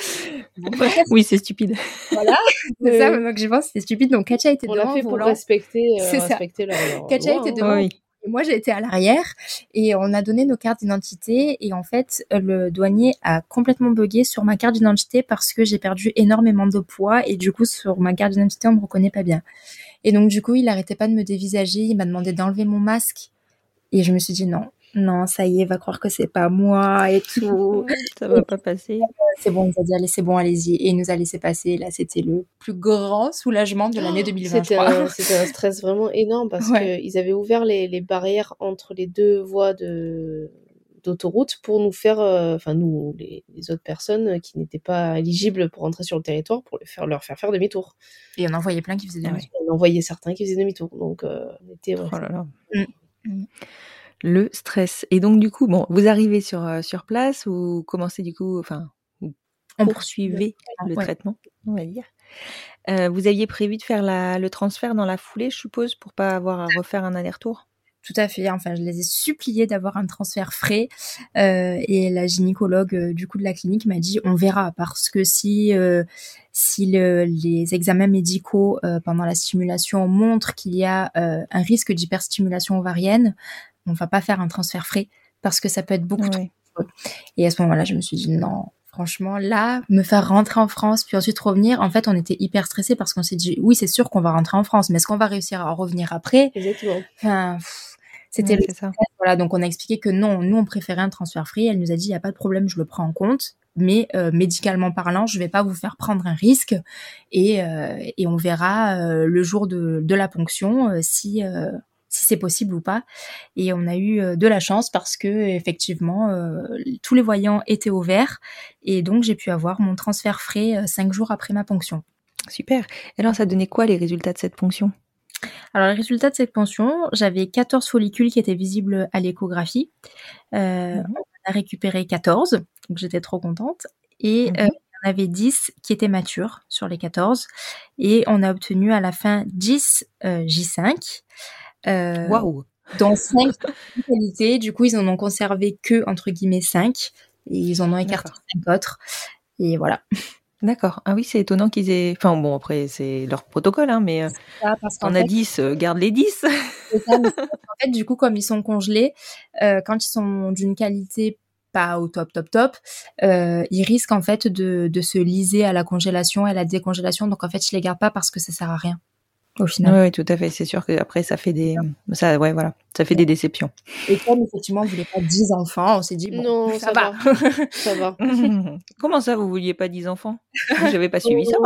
Bon, Oui, c'est stupide. voilà, c'est Oui, ça. oui. Donc je pense que c'était stupide. Donc Katia était On l'a devant fait au pour volant. respecter, euh, C'est ça. respecter leur, leur Katia loi. était Hein. devant. Oui. Et moi, j'ai été à l'arrière et on a donné nos cartes d'identité. Et en fait, le douanier a complètement bugué sur ma carte d'identité parce que j'ai perdu énormément de poids et du coup, sur ma carte d'identité, on me reconnaît pas bien. Et donc, du coup, il arrêtait pas de me dévisager. Il m'a demandé d'enlever mon masque et je me suis dit non, non, ça y est, va croire que c'est pas moi et tout. Ça va pas passer. C'est bon, il nous a dit allez, c'est bon, allez-y. Et il nous a laissé passer. Là, c'était le plus grand soulagement de l'année deux mille vingt, je C'était crois. un, c'était un stress vraiment énorme parce Ouais. qu'ils avaient ouvert les, les barrières entre les deux voies de, d'autoroute pour nous faire, euh, enfin nous, les, les autres personnes qui n'étaient pas éligibles pour entrer sur le territoire, pour les faire, leur faire faire demi-tour. Et on en voyait plein qui faisaient Ah demi-tour. ouais. On en voyait certains qui faisaient demi-tour. Donc, euh, on était, ouais, Oh là là. Mm. Mm. Le stress. Et donc, du coup, bon, vous arrivez sur, euh, sur place, vous commencez du coup, enfin, vous On poursuivez le ouais. traitement, on va dire. Euh, vous aviez prévu de faire la, le transfert dans la foulée, je suppose, pour pas avoir à refaire un aller-retour? Tout à fait. Enfin, je les ai suppliés d'avoir un transfert frais. Euh, et la gynécologue euh, du coup de la clinique m'a dit on verra parce que si euh, si le, les examens médicaux euh, pendant la stimulation montrent qu'il y a euh, un risque d'hyperstimulation ovarienne, on va pas faire un transfert frais parce que ça peut être beaucoup Ouais. trop. Et à ce moment-là, je me suis dit non. Franchement, là, me faire rentrer en France, puis ensuite revenir, en fait, on était hyper stressés parce qu'on s'est dit, oui, c'est sûr qu'on va rentrer en France, mais est-ce qu'on va réussir à revenir après? Exactement. Enfin, pff, c'était Ouais, le c'est ça. stress, voilà. Donc, on a expliqué que non, nous, on préférait un transfert free. Elle nous a dit, il n'y a pas de problème, je le prends en compte, mais euh, médicalement parlant, je vais pas vous faire prendre un risque et, euh, et on verra euh, le jour de, de la ponction euh, si... Euh, si c'est possible ou pas. Et on a eu euh, de la chance parce que effectivement euh, tous les voyants étaient ouverts et donc j'ai pu avoir mon transfert frais euh, cinq jours après ma ponction. Super. Et alors, ça donnait quoi les résultats de cette ponction? Alors les résultats de cette ponction, j'avais quatorze follicules qui étaient visibles à l'échographie. Euh, Mhm. On a récupéré quatorze, donc j'étais trop contente. Et Mhm. euh, il y en avait dix qui étaient matures sur les quatorze. Et on a obtenu à la fin dix euh, J cinq. Euh, Waouh. Dans cinq qualités. Du coup, ils en ont conservé que, entre guillemets, cinq. Et ils en ont écarté D'accord. cinq autres. Et voilà. D'accord. Ah oui, c'est étonnant qu'ils aient... Enfin bon, après, c'est leur protocole, hein, mais euh, Ça, parce qu'en on a fait, dix, euh, garde les dix. c'est ça, mais en fait, du coup, comme ils sont congelés, euh, quand ils sont d'une qualité pas au top, top, top, euh, ils risquent en fait de, de se liser à la congélation et à la décongélation. Donc en fait, je les garde pas parce que ça sert à rien. Au final. Oui, oui, tout à fait. C'est sûr qu'après, ça fait des... Ça, ouais, voilà. Ça fait des déceptions. Et comme effectivement, on voulait pas dix enfants, on s'est dit, bon, Non, ça, ça va. va. Ça va. Comment ça, vous vouliez pas dix enfants? J'avais pas suivi ça.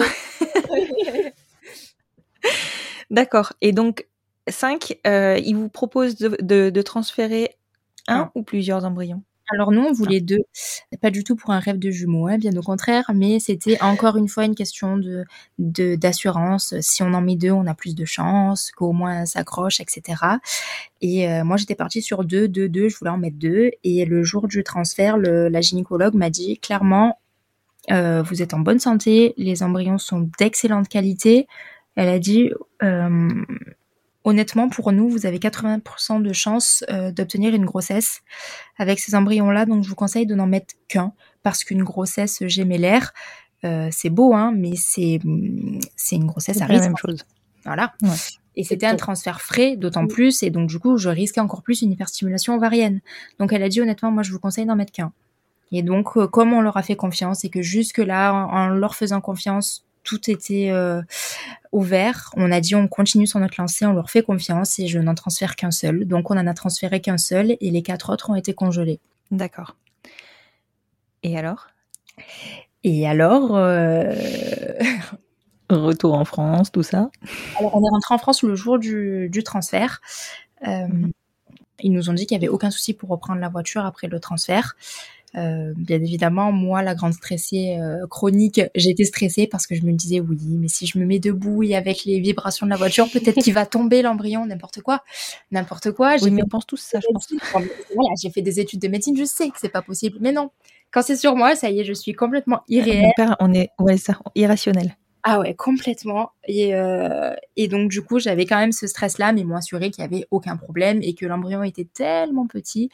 D'accord. Et donc, cinq, euh, ils vous proposent de, de, de transférer un Un. ou plusieurs embryons? Alors non, on voulait deux. Pas du tout pour un rêve de jumeaux, hein, bien au contraire, mais c'était encore une fois une question de, de d'assurance. Si on en met deux, on a plus de chances, qu'au moins ça s'accroche, et cetera. Et euh, moi, j'étais partie sur deux, deux, deux, je voulais en mettre deux. Et le jour du transfert, le, la gynécologue m'a dit clairement, euh, vous êtes en bonne santé, les embryons sont d'excellente qualité. Elle a dit... Euh, Honnêtement, pour nous, vous avez quatre-vingts pour cent de chances euh, d'obtenir une grossesse avec ces embryons-là, donc je vous conseille de n'en mettre qu'un, parce qu'une grossesse gémellaire, euh, c'est beau, hein, mais c'est, c'est une grossesse C'est à pas la risque. même chose. Voilà. Ouais. Et c'était un transfert frais, d'autant plus, et donc du coup, je risquais encore plus une hyperstimulation ovarienne. Donc elle a dit, honnêtement, moi, je vous conseille d'en mettre qu'un. Et donc, euh, comme on leur a fait confiance, et que jusque-là, en, en leur faisant confiance, tout était euh, ouvert. On a dit on continue sur notre lancée, on leur fait confiance et je n'en transfère qu'un seul. Donc on en a transféré qu'un seul et les quatre autres ont été congelés. D'accord. Et alors? Et alors euh... Retour en France, tout ça. Alors on est rentré en France le jour du, du transfert. Euh, mm-hmm. Ils nous ont dit qu'il n'y avait aucun souci pour reprendre la voiture après le transfert. Euh, bien évidemment, moi, la grande stressée euh, chronique, j'étais stressée parce que je me disais oui, mais si je me mets debout et avec les vibrations de la voiture, peut-être qu'il va tomber l'embryon, n'importe quoi, n'importe quoi. J'ai oui, mais fait on pense tous ça, je pense. Voilà, j'ai fait des études de médecine, je sais que c'est pas possible, mais non. Quand c'est sur moi, ça y est, je suis complètement irréelle. Père, on est, ouais, ça, irrationnel. Ah ouais, complètement. Et, euh, et donc, du coup, j'avais quand même ce stress-là, mais m'ont assuré qu'il n'y avait aucun problème et que l'embryon était tellement petit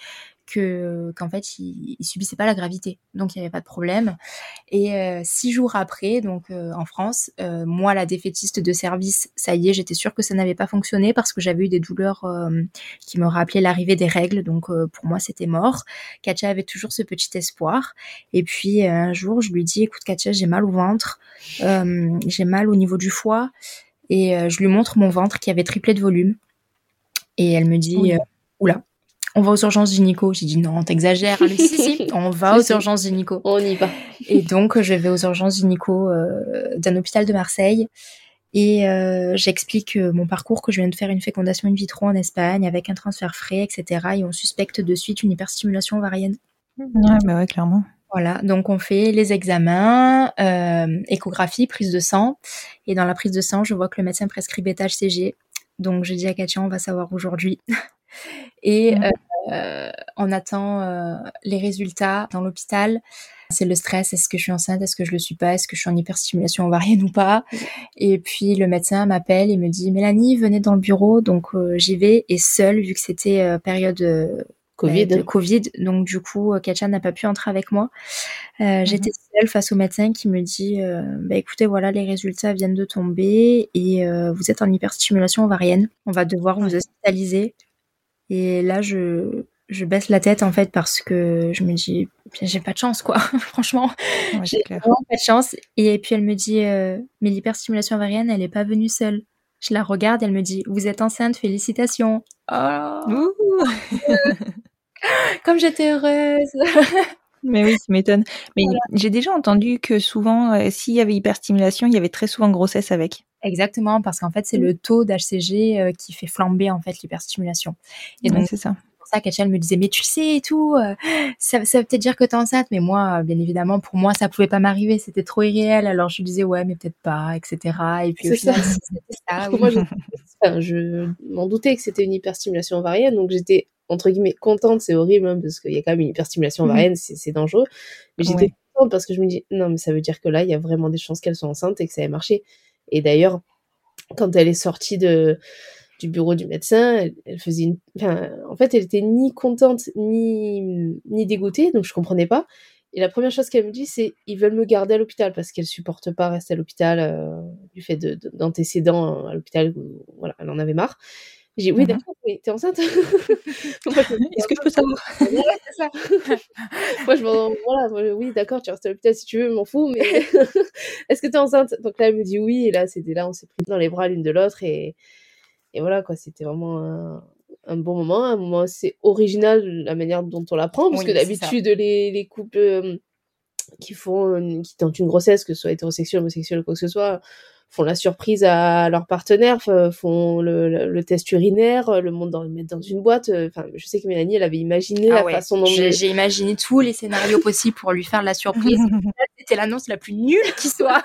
que qu'en fait il, il subissait pas la gravité, donc il y avait pas de problème. Et euh, six jours après, donc euh, en France, euh, moi la défaitiste de service, ça y est, j'étais sûre que ça n'avait pas fonctionné parce que j'avais eu des douleurs euh, qui me rappelaient l'arrivée des règles, donc euh, pour moi c'était mort. Katia avait toujours ce petit espoir. Et puis euh, un jour, je lui dis, écoute Katia, j'ai mal au ventre, euh, j'ai mal au niveau du foie, et euh, je lui montre mon ventre qui avait triplé de volume. Et elle me dit, oui. euh, oula, on va aux urgences gynéco. J'ai dit, non, t'exagères. Elle me dit, si, si, on va aux urgences gynéco. On y va. Et donc, je vais aux urgences gynéco euh, d'un hôpital de Marseille. Et euh, j'explique euh, mon parcours, que je viens de faire une fécondation in vitro en Espagne avec un transfert frais, et cetera. Et on suspecte de suite une hyperstimulation ovarienne. Ouais, bah ouais, clairement. Voilà, donc on fait les examens, euh, échographie, prise de sang. Et dans la prise de sang, je vois que le médecin prescrit bêta-H C G. Donc je dis à Katia, on va savoir aujourd'hui. Et mmh. euh, on attend euh, les résultats dans l'hôpital. C'est le stress, est-ce que je suis enceinte, est-ce que je le suis pas, est-ce que je suis en hyperstimulation ovarienne ou pas. Et puis le médecin m'appelle et me dit, Mélanie, venez dans le bureau. Donc euh, j'y vais, et seule, vu que c'était euh, période euh, Covid. de Covid, donc du coup Katia n'a pas pu entrer avec moi. Euh, mmh. J'étais seule face au médecin qui me dit euh, bah écoutez, voilà, les résultats viennent de tomber et euh, vous êtes en hyperstimulation ovarienne, on va devoir vous hospitaliser. Et là je je baisse la tête en fait, parce que je me dis j'ai pas de chance quoi. Franchement, ouais, j'ai clair. Vraiment pas de chance. Et puis elle me dit euh, mais l'hyperstimulation ovarienne, elle est pas venue seule. Je la regarde, elle me dit vous êtes enceinte, félicitations. Oh comme j'étais heureuse. Mais oui, ça m'étonne. Mais voilà. J'ai déjà entendu que souvent, euh, s'il y avait hyperstimulation, il y avait très souvent grossesse avec. Exactement, parce qu'en fait, c'est mmh. le taux d'H C G euh, qui fait flamber en fait l'hyperstimulation. Et ouais, donc c'est ça. Pour ça, Katia me disait mais tu sais et tout, euh, ça, ça veut peut-être dire que t'es enceinte. Mais moi, bien évidemment, pour moi, ça pouvait pas m'arriver, c'était trop irréel. Alors je lui disais ouais, mais peut-être pas, et cetera. Et puis c'est au final, ça. C'était ça. Oui. Moi, je, enfin, je m'en doutais que c'était une hyperstimulation ovarienne, donc j'étais entre guillemets contente. C'est horrible hein, parce qu'il y a quand même une hyperstimulation ovarienne, mmh. c'est, c'est dangereux. Mais j'étais ouais. contente parce que je me dis non, mais ça veut dire que là, il y a vraiment des chances qu'elle soit enceinte et que ça ait marché. Et d'ailleurs, quand elle est sortie de du bureau du médecin, elle, elle faisait une, enfin, en fait, elle était ni contente ni ni dégoûtée, donc je comprenais pas. Et la première chose qu'elle me dit, c'est ils veulent me garder à l'hôpital parce qu'elle supporte pas rester à l'hôpital euh, du fait de, de, d'antécédents à l'hôpital. Où, voilà, elle en avait marre. J'ai dit oui, mm-hmm. d'accord, oui, t'es enceinte. Moi, je Est-ce que je peux savoir? Ouais, c'est ça. Moi, je m'en, voilà, moi, oui, d'accord, tu restes à l'hôpital si tu veux, je m'en fous, mais est-ce que t'es enceinte? Donc là, elle me dit oui, et là, c'était là, on s'est pris dans les bras l'une de l'autre, et, et voilà, quoi, c'était vraiment un, un bon moment, un moment assez original, la manière dont on l'apprend, parce oui, que d'habitude, les, les couples euh, qui font, une, qui tentent une grossesse, que ce soit hétérosexuel, homosexuel ou quoi que ce soit, font la surprise à leur partenaire, font le, le, le test urinaire, le montent dans, le mettent dans une boîte. Enfin, je sais que Mélanie, elle avait imaginé ah la ouais. façon dont... J'ai, j'ai imaginé tous les scénarios possibles pour lui faire la surprise. C'était l'annonce la plus nulle qui soit.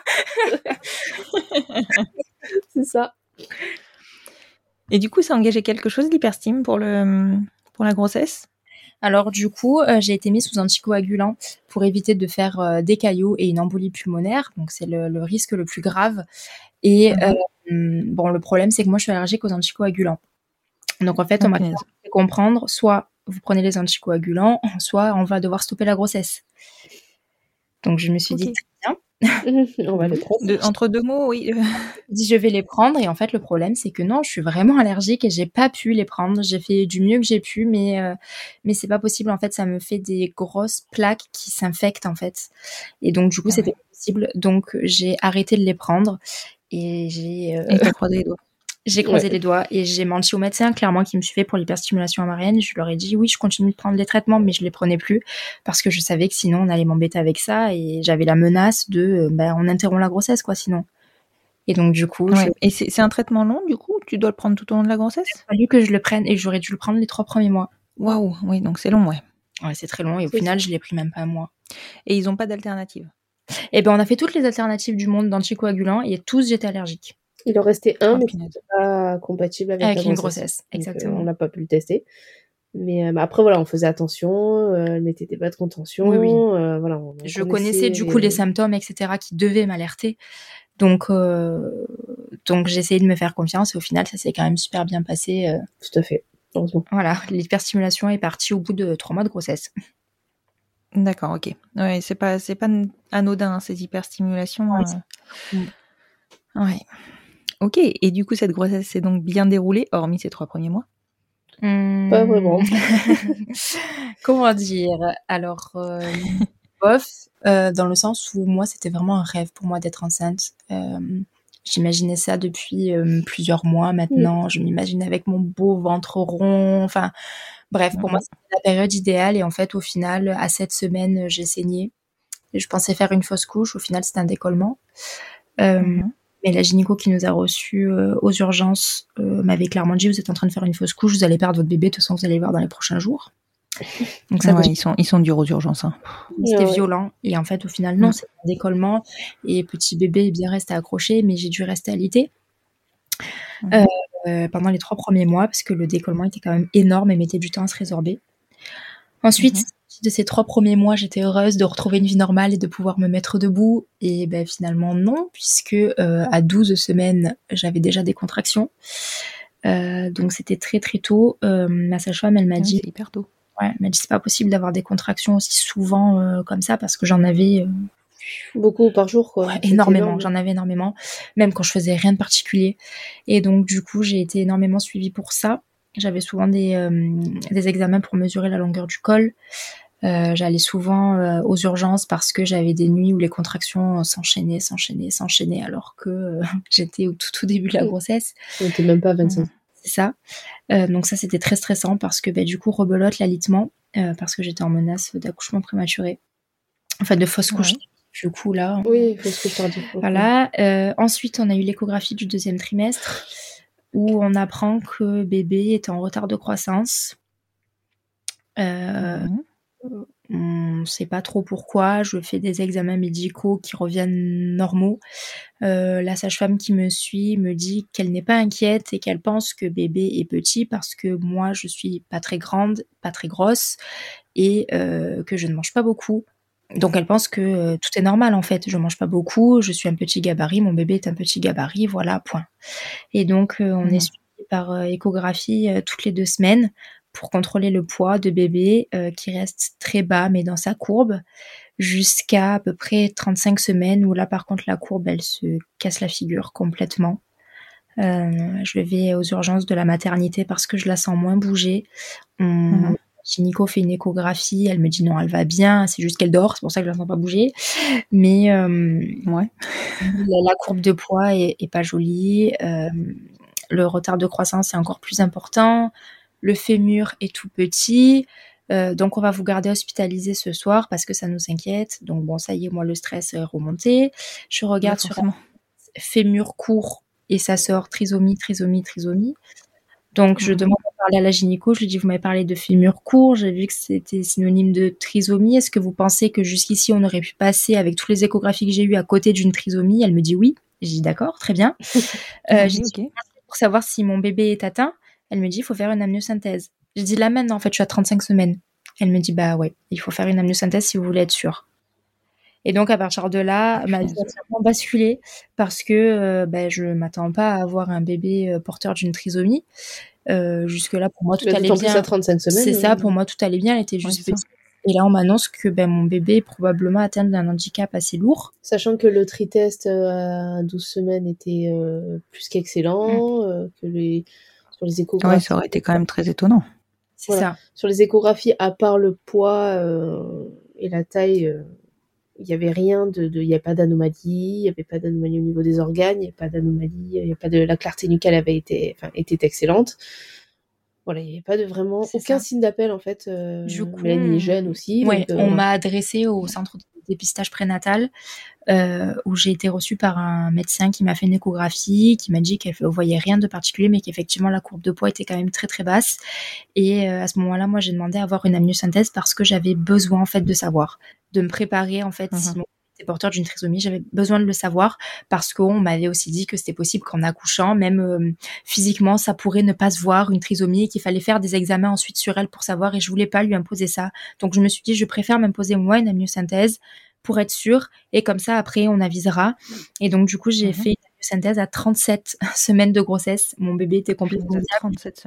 C'est ça. Et du coup, ça a engagé quelque chose, l'hyperstime, pour, le, pour la grossesse ? Alors du coup, euh, j'ai été mise sous anticoagulant pour éviter de faire euh, des caillots et une embolie pulmonaire. Donc c'est le, le risque le plus grave. Et mmh. euh, bon, le problème, c'est que moi, je suis allergique aux anticoagulants. Donc en fait, on okay. m'a fait comprendre, soit vous prenez les anticoagulants, soit on va devoir stopper la grossesse. Donc je me suis okay. dit, très bien. On va les prendre. De, entre deux mots, oui. Je dis, je vais les prendre. Et en fait, le problème, c'est que non, je suis vraiment allergique et j'ai pas pu les prendre. J'ai fait du mieux que j'ai pu, mais, euh, mais c'est pas possible. En fait, ça me fait des grosses plaques qui s'infectent, en fait. Et donc, du coup, ah c'était ouais. pas possible. Donc, j'ai arrêté de les prendre et j'ai... Euh... Et t'as croisé les doigts. J'ai croisé ouais. les doigts et j'ai menti au médecin, clairement, qui me suivait pour l'hyperstimulation ovarienne. Je leur ai dit, oui, je continue de prendre les traitements, mais je les prenais plus parce que je savais que sinon, on allait m'embêter avec ça et j'avais la menace de, ben, on interrompt la grossesse, quoi, sinon. Et donc, du coup... Ouais. Je... Et c'est, c'est un traitement long, du coup? Tu dois le prendre tout au long de la grossesse? Il a fallu que je le prenne et j'aurais dû le prendre les trois premiers mois. Waouh, oui, donc c'est long, ouais. Ouais, c'est très long et au c'est final, ça. Je l'ai pris même pas un mois. Et ils ont pas d'alternative? Eh ben, on a fait toutes les alternatives du monde d'anticoagulants et tous, j'étais allergique. Il en restait un, oh, mais qui n'était pas compatible avec, avec la une grossesse. grossesse. Exactement. Donc, euh, on n'a pas pu le tester. Mais euh, après, voilà, on faisait attention, euh, elle mettait des bas de contention. Oui, oui. Euh, voilà, on, on je connaissais du coup les... les symptômes, et cetera, qui devaient m'alerter. Donc, euh, donc j'ai essayé de me faire confiance et au final, ça s'est quand même super bien passé. Euh... Tout à fait. heureusement. Voilà, l'hyperstimulation est partie au bout de trois mois de grossesse. D'accord, ok. Ouais, c'est pas, c'est pas anodin, hein, ces hyperstimulations. Ouais, euh... ouais. Ok, et du coup, cette grossesse s'est donc bien déroulée, hormis ces trois premiers mois? Mmh. Pas vraiment. Comment dire? Alors, euh, bof, euh, dans le sens où moi, c'était vraiment un rêve pour moi d'être enceinte. Euh, j'imaginais ça depuis euh, plusieurs mois maintenant. Mmh. Je m'imaginais avec mon beau ventre rond. Enfin, bref, pour mmh. moi, c'était la période idéale. Et en fait, au final, à sept semaines, j'ai saigné. Et je pensais faire une fausse couche. Au final, c'était un décollement. Euh, mmh. Mais la gynéco qui nous a reçus euh, aux urgences euh, m'avait clairement dit: vous êtes en train de faire une fausse couche, vous allez perdre votre bébé, de toute façon, vous allez le voir dans les prochains jours. Donc ça, ouais, déjà... ils sont, ils sont durs aux urgences. Hein. C'était ouais. violent. Et en fait, au final, non, mmh. c'est un décollement. Et petit bébé est bien resté accroché, mais j'ai dû rester alitée mmh. euh, euh, pendant les trois premiers mois, parce que le décollement était quand même énorme et mettait du temps à se résorber. Ensuite, mmh. de ces trois premiers mois, j'étais heureuse de retrouver une vie normale et de pouvoir me mettre debout. Et ben, finalement, non, puisque euh, à douze semaines, j'avais déjà des contractions. Euh, donc, c'était très, très tôt. Euh, ma sage-femme, elle m'a ah, dit... C'est hyper tôt. Ouais, elle m'a dit, c'est pas possible d'avoir des contractions aussi souvent euh, comme ça, parce que j'en avais... Euh, beaucoup par jour, quoi. Ouais, énormément, j'en avais énormément, même quand je faisais rien de particulier. Et donc, du coup, j'ai été énormément suivie pour ça. J'avais souvent des, euh, des examens pour mesurer la longueur du col. Euh, j'allais souvent euh, aux urgences parce que j'avais des nuits où les contractions s'enchaînaient, s'enchaînaient, s'enchaînaient, alors que euh, j'étais au tout, tout début de la grossesse. On n'était même pas à vingt-cinq. C'est ça. Euh, donc ça, c'était très stressant parce que bah, du coup, rebelote l'alitement, euh, parce que j'étais en menace d'accouchement prématuré. Enfin, de fausse couche. Ouais. Du coup, là... Oui, fausse couche tardive. Voilà. Euh, ensuite, on a eu l'échographie du deuxième trimestre où on apprend que bébé est en retard de croissance. Euh... Mmh. On ne sait pas trop pourquoi. Je fais des examens médicaux qui reviennent normaux. Euh, la sage-femme qui me suit me dit qu'elle n'est pas inquiète et qu'elle pense que bébé est petit parce que moi, je suis pas très grande, pas très grosse et euh, que je ne mange pas beaucoup. Donc elle pense que euh, tout est normal en fait. Je mange pas beaucoup, je suis un petit gabarit, mon bébé est un petit gabarit, voilà, point. Et donc euh, on mmh. est suivi par euh, échographie euh, toutes les deux semaines pour contrôler le poids de bébé euh, qui reste très bas mais dans sa courbe jusqu'à à peu près trente-cinq semaines où là par contre la courbe elle se casse la figure complètement. Euh, je vais aux urgences de la maternité parce que je la sens moins bouger. On... Mmh. Gynéco fait une échographie, elle me dit non, elle va bien, c'est juste qu'elle dort, c'est pour ça que je la sens pas bouger. Mais euh, ouais. la, la courbe de poids est, est pas jolie. Euh, le retard de croissance est encore plus important. Le fémur est tout petit. Euh, donc on va vous garder hospitalisé ce soir parce que ça nous inquiète. Donc bon, ça y est, moi le stress est remonté. Je regarde ouais, sur un fémur court et ça sort trisomie, trisomie, trisomie. Donc, je demande à parler à la gynéco, je lui dis, vous m'avez parlé de fémur court, j'ai vu que c'était synonyme de trisomie. Est-ce que vous pensez que jusqu'ici, on aurait pu passer avec toutes les échographies que j'ai eues à côté d'une trisomie? Elle me dit oui. J'ai dit d'accord, très bien. euh, oui, j'ai okay. dit, pour savoir si mon bébé est atteint, elle me dit, il faut faire une amniosynthèse. J'ai dit, là maintenant, en fait, je suis à trente-cinq semaines. Elle me dit, bah ouais, il faut faire une amniosynthèse si vous voulez être sûre. Et donc, à partir de là, ma vie a vraiment basculé parce que euh, ben, je ne m'attends pas à avoir un bébé euh, porteur d'une trisomie. Euh, jusque-là, pour moi, tout allait bien. À trente-cinq semaines, c'est euh... ça, pour moi, tout allait bien. Elle était juste ouais, petite. Et là, on m'annonce que ben, mon bébé est probablement atteint d'un handicap assez lourd. Sachant que le tri-test à douze semaines était euh, plus qu'excellent, mmh. euh, que les... sur les échographies... Oui, ça aurait été quand même très étonnant. C'est voilà. ça. Sur les échographies, à part le poids euh, et la taille... Euh... Il n'y avait rien de, de, il n'y a pas d'anomalie, il n'y avait pas d'anomalie au niveau des organes, il n'y a pas d'anomalie, il n'y a pas de, la clarté nucale avait été, enfin, était excellente. Voilà, il n'y avait pas de vraiment, c'est aucun ça. signe d'appel, en fait. Euh, du coup, Mélanie est jeune aussi. Ouais, donc, euh, on m'a adressé au centre de dépistage prénatal, euh, où j'ai été reçue par un médecin qui m'a fait une échographie, qui m'a dit qu'elle ne voyait rien de particulier, mais qu'effectivement, la courbe de poids était quand même très, très basse. Et euh, à ce moment-là, moi, j'ai demandé à avoir une amniosynthèse parce que j'avais besoin, en fait, de savoir, de me préparer, en fait, mm-hmm. si mon était porteur d'une trisomie, j'avais besoin de le savoir parce qu'on m'avait aussi dit que c'était possible qu'en accouchant, même euh, physiquement, ça pourrait ne pas se voir une trisomie et qu'il fallait faire des examens ensuite sur elle pour savoir et je voulais pas lui imposer ça. Donc je me suis dit, je préfère m'imposer moi une amniosynthèse pour être sûre et comme ça après on avisera. Et donc du coup j'ai mmh. fait une amniosynthèse à trente-sept semaines de grossesse. Mon bébé était complètement trente-sept semaines.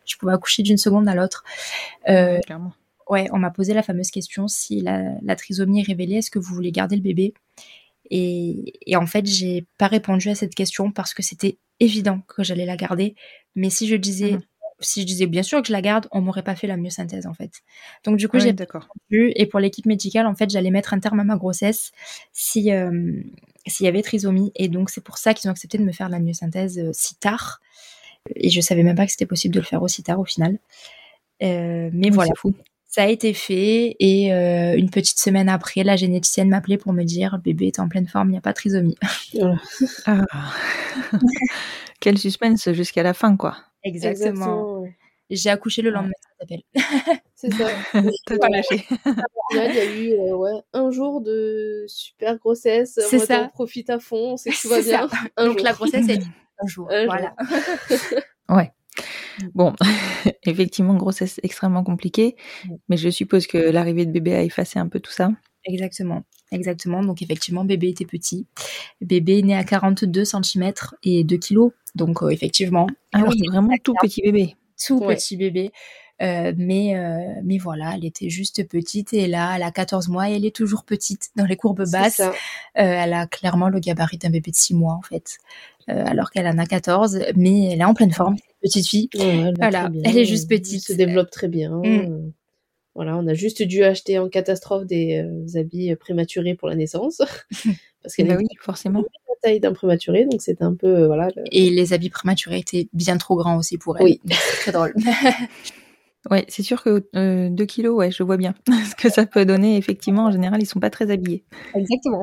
je pouvais accoucher d'une seconde à l'autre. Euh, Clairement. Ouais, on m'a posé la fameuse question, si la, la trisomie est révélée, est-ce que vous voulez garder le bébé ? et, et en fait, j'ai pas répondu à cette question parce que c'était évident que j'allais la garder. Mais si je disais, Mhm. si je disais bien sûr que je la garde, on m'aurait pas fait la myosynthèse en fait. Donc du coup, Oui, j'ai d'accord. répondu, et pour l'équipe médicale, en fait, j'allais mettre un terme à ma grossesse si euh, s'il y avait trisomie. Et donc c'est pour ça qu'ils ont accepté de me faire la myosynthèse euh, si tard. Et je savais même pas que c'était possible de le faire aussi tard au final. Euh, mais Oui, voilà. c'est fou. Ça a été fait, et euh, une petite semaine après, la généticienne m'appelait pour me dire « Bébé est en pleine forme, il n'y a pas de trisomie. » Voilà. Ah. Quel suspense jusqu'à la fin, quoi. Exactement. Exactement, ouais. J'ai accouché le Ouais. lendemain de cet appel. C'est ça. T'as tout Voilà. lâché. Au final, il y a eu euh, ouais, un jour de super grossesse. C'est Moi, ça. on profite à fond, on sait que tout va C'est ça. bien. Un Donc jour. la grossesse est un jour. Un Voilà. jour. Ouais. Bon, effectivement, grossesse extrêmement compliquée, mais je suppose que l'arrivée de bébé a effacé un peu tout ça. Exactement. Exactement. Donc effectivement, bébé était petit. Bébé est né à quarante-deux centimètres et deux kilos. Donc euh, effectivement. Ah alors, oui, vraiment tout petit bébé. tout Ouais. petit bébé. Euh, mais, euh, mais voilà, elle était juste petite, et là, elle a quatorze mois et elle est toujours petite dans les courbes C'est basses. ça. Euh, elle a clairement le gabarit d'un bébé de six mois en fait, euh, alors qu'elle en a quatorze, mais elle est en pleine forme, petite fille. Ouais, elle va Voilà, très bien. elle est juste petite. Elle se développe très bien. Mm. Euh, Voilà, on a juste dû acheter en catastrophe des euh, habits prématurés pour la naissance. Parce qu'elle Bah est oui, forcément. la taille d'un prématuré, donc c'était un peu, euh, voilà. le- Et les habits prématurés étaient bien trop grands aussi pour elle. Oui. Donc, c'est très drôle. Ouais, c'est sûr que euh, deux kilos, ouais, je vois bien ce que ça peut donner. Effectivement, en général, ils sont pas très habillés. Exactement.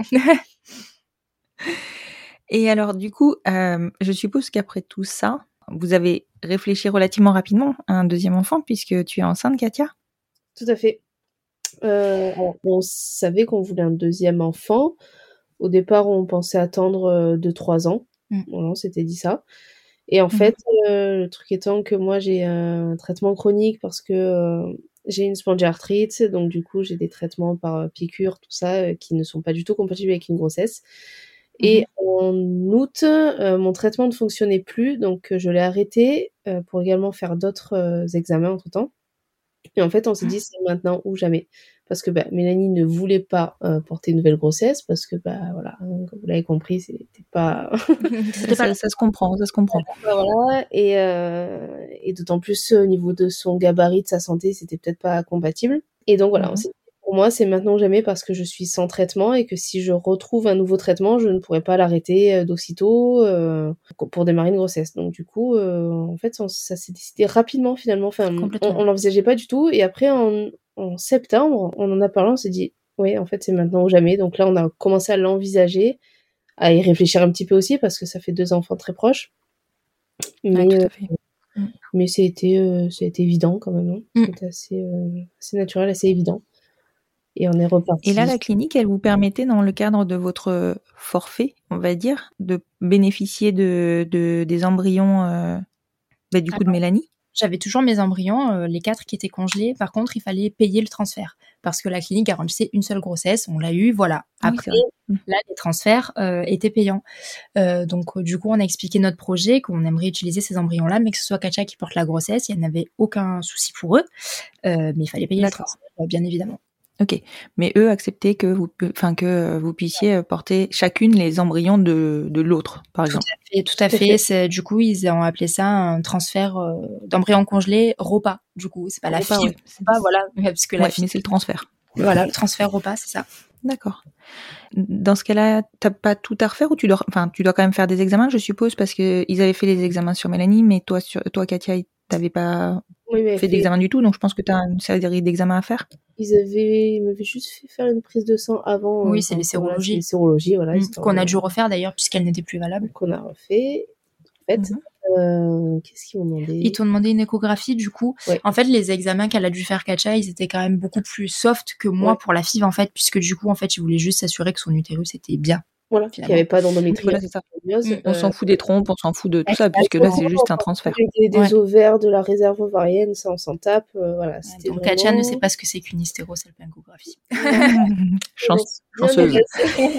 Et alors, du coup, euh, je suppose qu'après tout ça, vous avez réfléchi relativement rapidement à un deuxième enfant, puisque tu es enceinte, Katia. Tout à fait. Euh, alors, on savait qu'on voulait un deuxième enfant. Au départ, on pensait attendre euh, deux trois ans. Mm. Voilà, on s'était dit ça. Et en Mhm. fait, euh, le truc étant que moi, j'ai un traitement chronique parce que euh, j'ai une spondyarthrite, donc du coup, j'ai des traitements par euh, piqûre, tout ça, euh, qui ne sont pas du tout compatibles avec une grossesse. Et en août, euh, mon traitement ne fonctionnait plus, donc euh, je l'ai arrêté euh, pour également faire d'autres euh, examens entre-temps. Et en fait, on s'est dit, c'est maintenant ou jamais. Parce que bah, Mélanie ne voulait pas euh, porter une nouvelle grossesse, parce que, bah, voilà, hein, comme vous l'avez compris, c'était pas... C'était pas Ça, ça se comprend, ça se comprend. voilà. Et, euh, et d'autant plus au niveau de son gabarit, de sa santé, c'était peut-être pas compatible. Et donc voilà, Mhm. on s'est dit, pour moi, c'est maintenant ou jamais, parce que je suis sans traitement, et que si je retrouve un nouveau traitement, je ne pourrais pas l'arrêter euh, d'aussitôt euh, pour démarrer une grossesse. Donc du coup, euh, en fait, on- ça s'est décidé rapidement finalement. Enfin, on, Complètement. on l'envisageait pas du tout. Et après, en, en septembre, on en a parlé, on s'est dit, oui, en fait, c'est maintenant ou jamais. Donc là, on a commencé à l'envisager, à y réfléchir un petit peu aussi, parce que ça fait deux enfants très proches. Mais, Ouais, tout euh, à fait. mais ça a été, euh, ça a été évident quand même. Hein. Mm. C'était assez, euh, assez naturel, assez évident. Et on est reparti. Et là, la clinique, elle vous permettait, dans le cadre de votre forfait, on va dire, de bénéficier de, de des embryons, euh, bah, du coup, de Mélanie. J'avais toujours mes embryons, euh, les quatre qui étaient congelés. Par contre, il fallait payer le transfert parce que la clinique garantissait une seule grossesse. On l'a eu, voilà. Oui, Après, c'est vrai. Mm. là, les transferts euh, étaient payants. Euh, donc, euh, du coup, on a expliqué notre projet, qu'on aimerait utiliser ces embryons-là, mais que ce soit Katia qui porte la grossesse. Il n'y en avait aucun souci pour eux, euh, mais il fallait payer le D'accord. transfert, euh, bien évidemment. Ok, mais eux acceptaient que vous, enfin que vous puissiez porter chacune les embryons de, de l'autre, par Tout exemple. à fait, tout à fait. C'est, du coup, ils ont appelé ça un transfert euh, d'embryons congelés repas. Du coup, c'est pas la Repas, fille, ouais. C'est- repas, voilà, parce que la Ouais, fille, mais c'est le transfert. voilà, le transfert repas, c'est ça. D'accord. Dans ce cas-là, t'as pas tout à refaire ou tu dois, enfin, tu dois quand même faire des examens, je suppose, parce que ils avaient fait les examens sur Mélanie, mais toi, sur, toi, Katia, t'avais pas Oui, mais fait fait- d'examen du tout, donc je pense que t'as une série d'examens à faire. Ils avaient, ils m'avaient juste fait faire une prise de sang avant. Oui, euh, c'est enfin, les sérologies. voilà, c'est les sérologies, voilà. Mm, histoire qu'on a de- dû refaire d'ailleurs puisqu'elle n'était plus valable. qu'on a refait. En fait, Mhm. euh, qu'est-ce qu'ils m'ont demandé? Ils t'ont demandé une échographie, du coup. Ouais. En fait, les examens qu'elle a dû faire Katia, ils étaient quand même beaucoup plus soft que moi Ouais. pour la F I V, en fait, puisque du coup, en fait, ils voulaient juste s'assurer que son utérus était bien. Voilà, qu'il n'y finalement. avait pas d'endométriose. Voilà, c'est ça. endométriose, On euh, s'en fout des trompes, on s'en fout de tout ça, puisque là, c'est juste un transfert. Des, des Ouais. ovaires, de la réserve ovarienne, ça on s'en tape. euh, voilà, c'était Donc, vraiment... Katia ne sait pas ce que c'est qu'une hystérosalpingographie. Chance, Bien chanceuse. déplacé.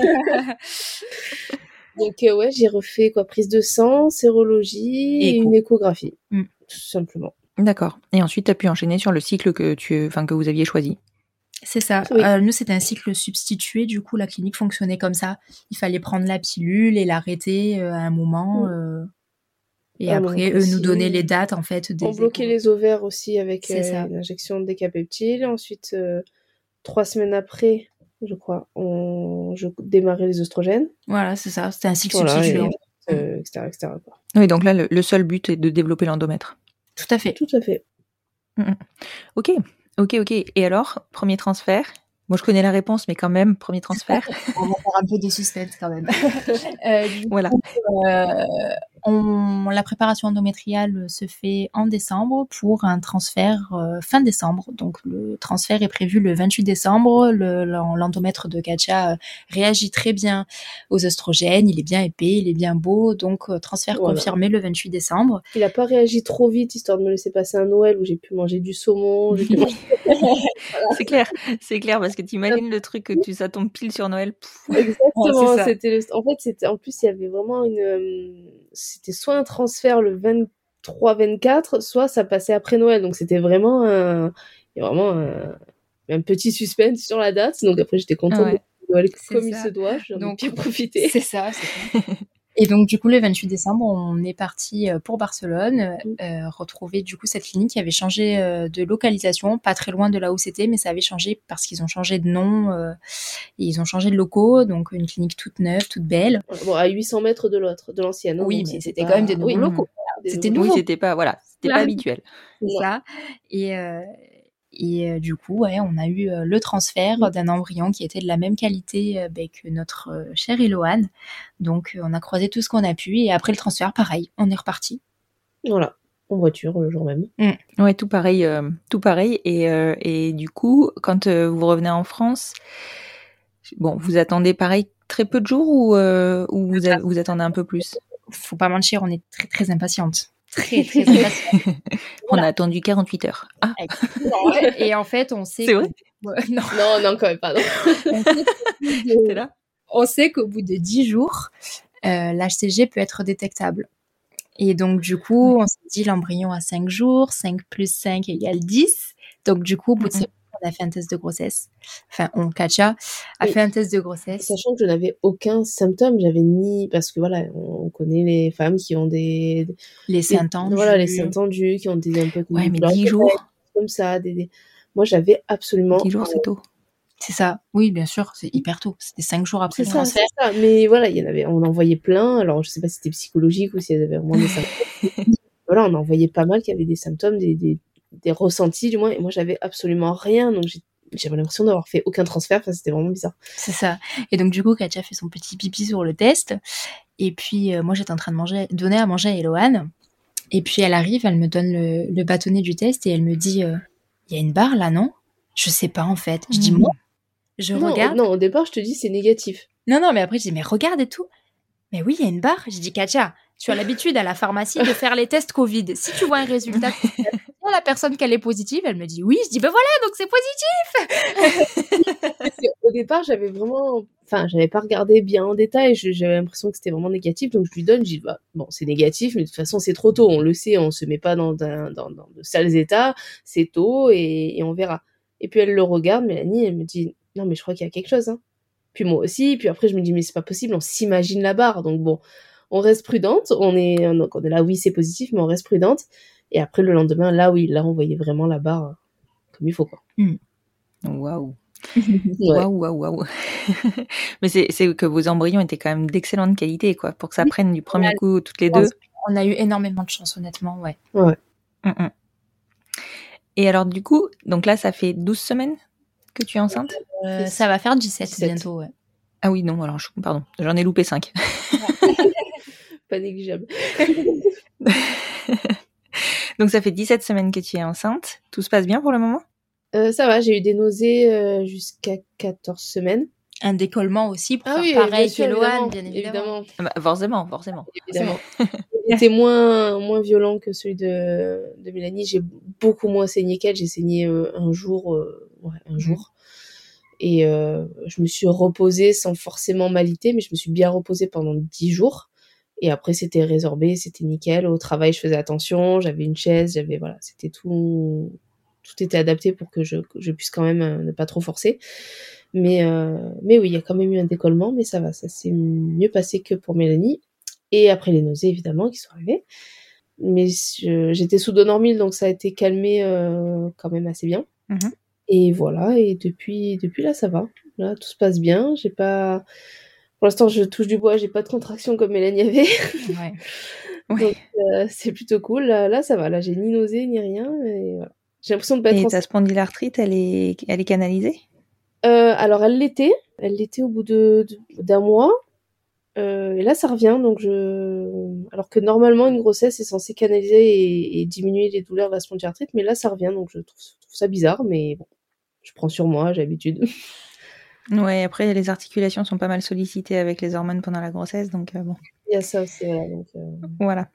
Donc euh, ouais, j'ai refait quoi, prise de sang, sérologie Et et écho. une échographie, Mm. tout simplement. D'accord. Et ensuite, tu as pu enchaîner sur le cycle que, tu, enfin, que vous aviez choisi. C'est ça. Oui. Euh, nous, c'était un cycle substitué. Du coup, la clinique fonctionnait comme ça. Il fallait prendre la pilule et l'arrêter euh, à un moment. Euh, et Ah, après, donc eux aussi, nous donnaient les dates, en fait. Des On bloquait échos. les ovaires aussi avec C'est euh, ça. l'injection de décapeptile. Ensuite, euh, trois semaines après, je crois, on... je démarrais les oestrogènes. Voilà, c'est ça. C'était un cycle Voilà, substitué. et, en fait. euh, et cetera, et cetera, quoi. Oui, donc là, le, le seul but est de développer l'endomètre. Tout à fait. Tout à fait. Mm-mm. Ok, ok, ok. Et alors, premier transfert. Moi, je connais la réponse, mais quand même, premier transfert. On va faire un peu de suspense quand même. euh, du Voilà. coup, euh, on, la préparation endométriale se fait en décembre pour un transfert euh, fin décembre. Donc le transfert est prévu le vingt-huit décembre. Le, l'endomètre de Katia euh, réagit très bien aux oestrogènes. Il est bien épais, il est bien beau. Donc euh, transfert Voilà. confirmé le vingt-huit décembre. Il n'a pas réagi trop vite, histoire de me laisser passer un Noël où j'ai pu manger du saumon. J'ai pu manger... C'est clair, c'est clair, parce que t'imagines le truc que tu, ça tombe pile sur Noël. Pff. Exactement. Ouais, c'était le... En fait, c'était... en plus, il y avait vraiment une... euh, C'était soit un transfert le vingt-trois vingt-quatre, soit ça passait après Noël. Donc c'était vraiment un... Il y a vraiment un... un petit suspense sur la date. Donc après, j'étais contente Ouais. de Noël C'est comme ça. il se doit. J'en ai Donc, bien profité. C'est ça, c'est ça. Et donc, du coup, le vingt-huit décembre, on est parti pour Barcelone, euh, retrouver du coup cette clinique qui avait changé euh, de localisation, pas très loin de là où c'était, mais ça avait changé parce qu'ils ont changé de nom euh, et ils ont changé de locaux, donc une clinique toute neuve, toute belle. Bon, à huit cents mètres de l'autre, de l'ancienne. Hein, Oui, donc mais c'était c'était pas... quand même des nouveaux oui, locaux. des C'était nouveaux- Oui, nouveau. c'était pas, voilà, c'était pas habituel. C'est Non. ça. Et, euh, et euh, du coup, ouais, on a eu euh, le transfert Mm. d'un embryon qui était de la même qualité euh, ben, que notre euh, chère Eloane. Donc, euh, on a croisé tout ce qu'on a pu. Et après le transfert, pareil, on est reparti. Voilà, en voiture le jour même. Ouais, tout pareil, euh, tout pareil. Et, euh, et du coup, quand euh, vous revenez en France, bon, vous attendez pareil très peu de jours ou, euh, ou vous, a- vous attendez un peu plus? Faut pas mentir, on est très très impatiente. Très très impatiente. On a attendu quarante-huit heures. Ah, Et en fait, on sait. c'est vrai? que... Ouais, non. Non, non, quand même pas. Non. On sait qu'au bout de- T'es là? on sait qu'au bout de dix jours, euh, l'H C G peut être détectable. Et donc, du coup, on s'est dit l'embryon à cinq jours, cinq plus cinq égale dix. Donc, du coup, au bout de Mhm. ce on a fait un test de grossesse. Enfin, on, Katia, a Oui. fait un test de grossesse. Sachant que je n'avais aucun symptôme, j'avais ni... Parce que voilà, on connaît les femmes qui ont des... Les des- seins tendus. Voilà, les seins tendus, qui ont des un peu... Ouais, mais douleurs dix de jours. tête, comme ça. Des, des... Moi, j'avais absolument... dix jours, c'est tôt. C'est ça. Oui, bien sûr, c'est hyper tôt. C'était cinq jours après C'est le ça, c'est transfert. ça. Mais voilà, il y en avait... on en voyait plein. Alors, je sais pas si c'était psychologique ou si elles avaient vraiment des symptômes. Voilà, on en voyait pas mal qui avaient des symptômes, des, des, des ressentis du moins. Et moi, j'avais absolument rien. Donc, j'ai... j'avais l'impression d'avoir fait aucun transfert. Enfin, c'était vraiment bizarre. C'est ça. Et donc, du coup, Katia fait son petit pipi sur le test. Et puis, euh, moi, j'étais en train de manger, donner à manger à Eloane. Et puis, elle arrive, elle me donne le, le bâtonnet du test et elle me dit, il euh, y a une barre là, non? Je sais pas, en fait. Je dis, Mhm. moi, je non, regarde. non, au départ, je te dis, c'est négatif. Non, non, mais après, je dis, mais regarde et tout. Mais oui, il y a une barre. J'ai dit, Katia, tu as l'habitude à la pharmacie de faire les tests Covid. Si tu vois un résultat, la personne qu'elle est positive, elle me dit oui. Je dis, ben voilà, donc c'est positif. Au départ, j'avais vraiment... Enfin, j'avais pas regardé bien en détail. Je- J'avais l'impression que c'était vraiment négatif. Donc, je lui donne, je dis, bah, bon, c'est négatif, mais de toute façon, c'est trop tôt. On le sait, on se met pas dans, un- dans, dans de sales états. C'est tôt et, et on verra. Et puis, elle le regarde, Mélanie, elle me dit, non, mais je crois qu'il y a quelque chose. Hein. Puis moi aussi. Puis après, je me dis, mais c'est pas possible, on s'imagine la barre. Donc, bon, on reste prudente. On est, donc, on est là, oui, c'est positif, mais on reste prudente. Et après, le lendemain, là, oui, là, on voyait vraiment la barre comme il faut, quoi. Waouh. Ouais. Waouh, waouh, waouh. Mais c'est, c'est que vos embryons étaient quand même d'excellente qualité, quoi, pour que ça Oui. prenne du premier Ouais. coup toutes les deux. On a eu énormément de chance, honnêtement, ouais. Ouais. Mm-mm. Et alors, du coup, donc là, ça fait douze semaines que tu es enceinte? Euh, ça va faire dix-sept, dix-sept. bientôt, ouais. Ah oui, non, alors, je- pardon, j'en ai loupé cinq. Pas négligeable. Donc, ça fait dix-sept semaines que tu es enceinte. Tout se passe bien pour le moment? Euh, ça va, j'ai eu des nausées euh, jusqu'à quatorze semaines. Un décollement aussi, pour Ah faire oui, pareil bien sûr, qu'Eloane, évidemment, bien évidemment. évidemment. Ah bah, forcément, forcément. évidemment. Il était moins, moins violent que celui de, de Mélanie. J'ai beaucoup moins saigné qu'elle. J'ai saigné euh, un jour, euh, ouais, un jour. Et euh, je me suis reposée sans forcément m'aliter, mais je me suis bien reposée pendant dix jours. Et après, c'était résorbé, c'était nickel. Au travail, je faisais attention, j'avais une chaise, j'avais voilà, c'était tout, tout était adapté pour que je, que je puisse quand même euh, ne pas trop forcer. Mais, euh, mais oui, il y a quand même eu un décollement, mais ça va, ça s'est mieux passé que pour Mélanie. Et après les nausées, évidemment, qui sont arrivées. Mais je, j'étais sous Donormil, donc ça a été calmé euh, quand même assez bien. Mmh. Et voilà, et depuis, depuis là, ça va. Là, tout se passe bien. J'ai pas... Pour l'instant, je touche du bois, j'ai pas de contraction comme Mélanie avait. Ouais. Ouais. Donc, euh, c'est plutôt cool. Là, là, ça va. Là, j'ai ni nausée, ni rien. Et voilà. J'ai l'impression de pas être Et en... ta spondylarthrite, elle est, elle est canalisée? Euh, alors, elle l'était. Elle l'était au bout de, de- d'un mois. Euh, et là, ça revient. Donc, je... Alors que normalement, une grossesse est censée canaliser et, et diminuer les douleurs de la spondylarthrite. Mais là, ça revient. Donc, je trouve, je trouve ça bizarre. Mais bon, je prends sur moi, j'ai l'habitude. Ouais, après, les articulations sont pas mal sollicitées avec les hormones pendant la grossesse, donc euh, bon, Il y a ça aussi. Voilà, donc, euh, voilà.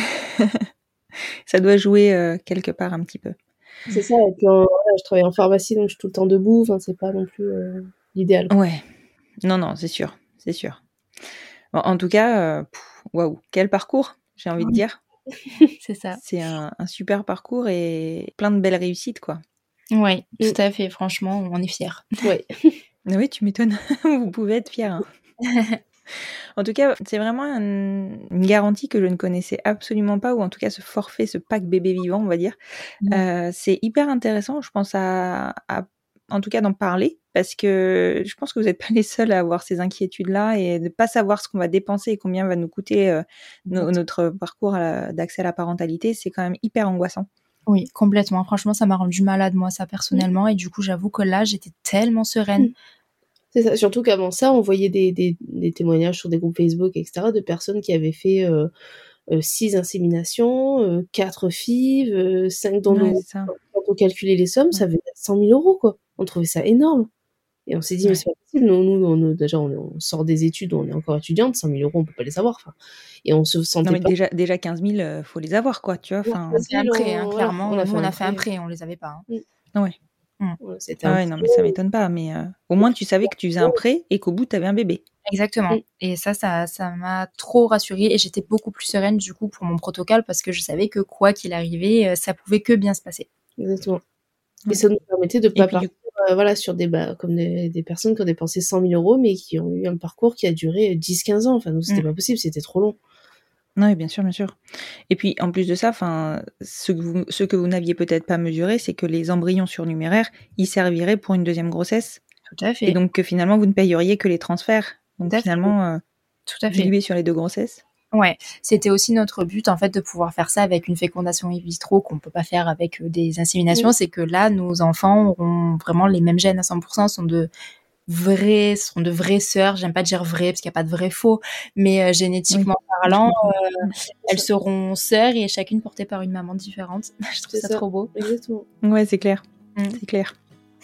Ça doit jouer euh, quelque part un petit peu. c'est ça. Et puis, en- voilà, je travaille en pharmacie, donc je suis tout le temps debout. Enfin, c'est pas non plus euh, l'idéal, quoi. Ouais. Non, non, c'est sûr, c'est sûr. Bon, en tout cas, euh, pff, waouh, quel parcours, j'ai envie de dire. C'est ça. C'est un, un super parcours et plein de belles réussites, quoi. Oui, tout à fait. Franchement, on est fiers. Ouais. Ah oui, tu m'étonnes. Vous pouvez être fiers. Hein. En tout cas, c'est vraiment un- une garantie que je ne connaissais absolument pas, ou en tout cas ce forfait, ce pack bébé vivant, on va dire. Ouais. Euh, c'est hyper intéressant, je pense, à, à- en tout cas d'en parler, parce que je pense que vous n'êtes pas les seuls à avoir ces inquiétudes-là et de ne pas savoir ce qu'on va dépenser et combien va nous coûter euh, no- notre parcours à la- d'accès à la parentalité. C'est quand même hyper angoissant. Oui, complètement. Franchement, ça m'a rendu malade, moi, ça, personnellement. Et du coup, j'avoue que là, j'étais tellement sereine. C'est ça. Surtout qu'avant ça, on voyait des, des, des témoignages sur des groupes Facebook, et cetera, de personnes qui avaient fait euh, euh, six inséminations, euh, quatre F I V, euh, cinq dons Ouais, de... c'est ça. Quand on calculait les sommes, ça Ouais. venait à cent mille euros, quoi. On trouvait ça énorme. Et on s'est dit, mais Ouais. c'est pas possible. Nous, nous, on, nous, déjà, on, on sort des études, on est encore étudiante, cent mille euros, on peut pas les avoir. Enfin, et on se Non, sentait mais pas... déjà, déjà quinze mille, euh, faut les avoir, quoi, tu vois. Enfin, On a fait un prêt, hein, on- clairement. voilà, Nous, on a fait un prêt, on les avait pas. hein. ouais. Voilà, c'était Ah un ouais, non, mais ça m'étonne pas. Mais euh, au moins, tu savais que tu faisais un prêt et qu'au bout, tu avais un bébé. Exactement. Mm. Et ça, ça, ça m'a trop rassurée et j'étais beaucoup plus sereine du coup pour mon protocole parce que je savais que quoi qu'il arrivait, euh, ça pouvait que bien se passer. Exactement. Ouais. Et ça nous permettait de Et pas puis, du partir euh, voilà, sur des, bah, comme des, des personnes qui ont dépensé cent mille euros, mais qui ont eu un parcours qui a duré dix quinze ans. Enfin, nous, c'était Mm. pas possible, c'était trop long. Non, et bien sûr, bien sûr. Et puis, en plus de ça, enfin, ce que vous, ce que vous n'aviez peut-être pas mesuré, c'est que les embryons surnuméraires, ils serviraient pour une deuxième grossesse. Tout à fait. Et donc, que finalement, vous ne payeriez que les transferts. Donc, Tout à fait. finalement, euh, Tout à fait. dilué sur les deux grossesses. Ouais, c'était aussi notre but en fait de pouvoir faire ça avec une fécondation in vitro qu'on peut pas faire avec euh, des inséminations. Mm. C'est que là, nos enfants auront vraiment les mêmes gènes à cent pour cent, sont de vraies, sont de vraies sœurs. J'aime pas dire vraies parce qu'il y a pas de vrai faux, mais euh, génétiquement parlant, euh, elles seront sœurs et chacune portée par une maman différente. Je trouve C'est ça, ça. trop beau. Exactement. Ouais, c'est clair. Mm. C'est clair.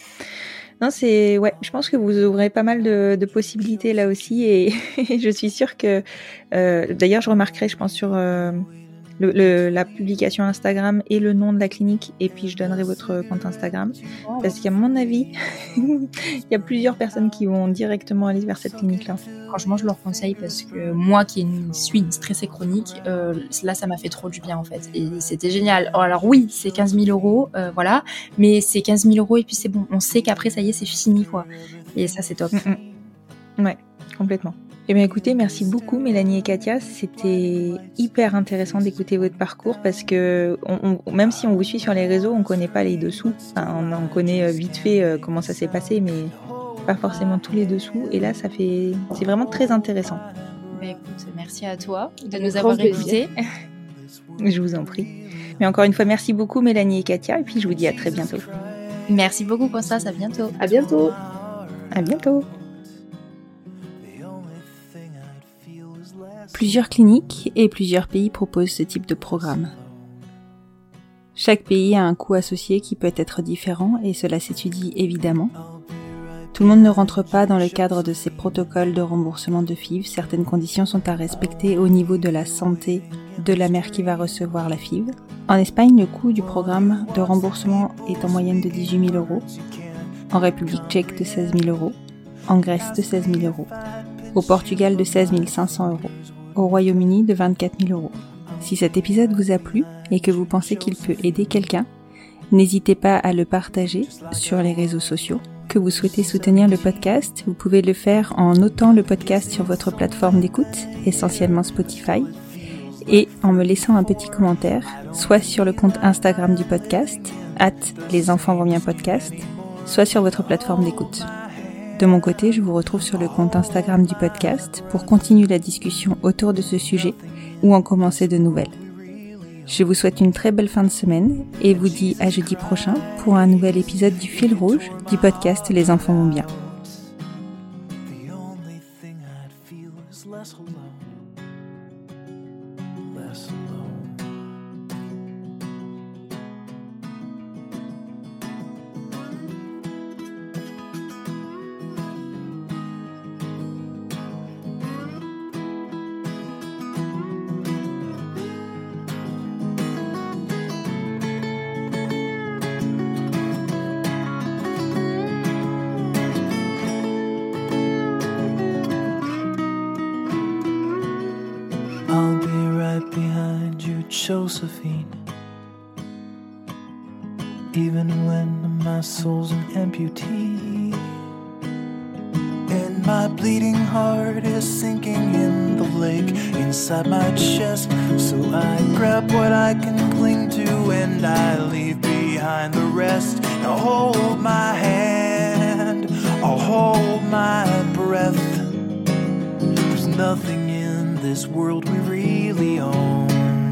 Non, c'est ouais. Je pense que vous ouvrez pas mal de, de possibilités là aussi, et, et je suis sûre que. Euh, d'ailleurs, je remarquerai, je pense, sur euh, le, le, la publication Instagram et le nom de la clinique, et puis je donnerai votre compte Instagram, parce qu'à mon avis, il y a plusieurs personnes qui vont directement aller vers cette clinique-là. Franchement, je leur conseille parce que moi qui une- suis une stressée chronique, euh, là, ça m'a fait trop du bien en fait. Et c'était génial. Oh, alors oui, c'est quinze mille euros, euh, voilà, mais c'est quinze mille euros et puis c'est bon. On sait qu'après, ça y est, c'est fini quoi. Et ça, c'est top. Mm-mm. Ouais, complètement. Eh bien écoutez, merci beaucoup Mélanie et Katia, c'était hyper intéressant d'écouter votre parcours parce que on, on, même si on vous suit sur les réseaux, on connaît pas les dessous. Enfin, on, on connaît vite fait euh, comment ça s'est passé, mais pas forcément tous les dessous. Et là, ça fait, c'est vraiment très intéressant. Bah, écoute, merci à toi de Avec nous grand avoir plaisir. écoutés. Je vous en prie. Mais encore une fois, merci beaucoup Mélanie et Katia, et puis je vous dis à très bientôt. Merci beaucoup Constance, à bientôt. À bientôt. À bientôt. Plusieurs cliniques et plusieurs pays proposent ce type de programme. Chaque pays a un coût associé qui peut être différent et cela s'étudie évidemment. Tout le monde ne rentre pas dans le cadre de ces protocoles de remboursement de F I V. Certaines conditions sont à respecter au niveau de la santé de la mère qui va recevoir la F I V. En Espagne, le coût du programme de remboursement est en moyenne de dix-huit mille euros. En République tchèque de seize mille euros. En Grèce de seize mille euros. Au Portugal de seize mille cinq cents euros. au Royaume-Uni de vingt-quatre mille euros. Si cet épisode vous a plu et que vous pensez qu'il peut aider quelqu'un, n'hésitez pas à le partager sur les réseaux sociaux. Que vous souhaitez soutenir le podcast, vous pouvez le faire en notant le podcast sur votre plateforme d'écoute, essentiellement Spotify, et en me laissant un petit commentaire, soit sur le compte Instagram du podcast, arobase les enfants vont bien podcast, soit sur votre plateforme d'écoute. De mon côté, je vous retrouve sur le compte Instagram du podcast pour continuer la discussion autour de ce sujet ou en commencer de nouvelles. Je vous souhaite une très belle fin de semaine et vous dis à jeudi prochain pour un nouvel épisode du Fil Rouge du podcast Les enfants vont bien. I'll be right behind you, Josephine. Even when my soul's an amputee, and my bleeding heart is sinking in the lake inside my chest. So I grab what I can cling to and I leave behind the rest. Now hold my hand, I'll hold my breath. There's nothing in this world we really own.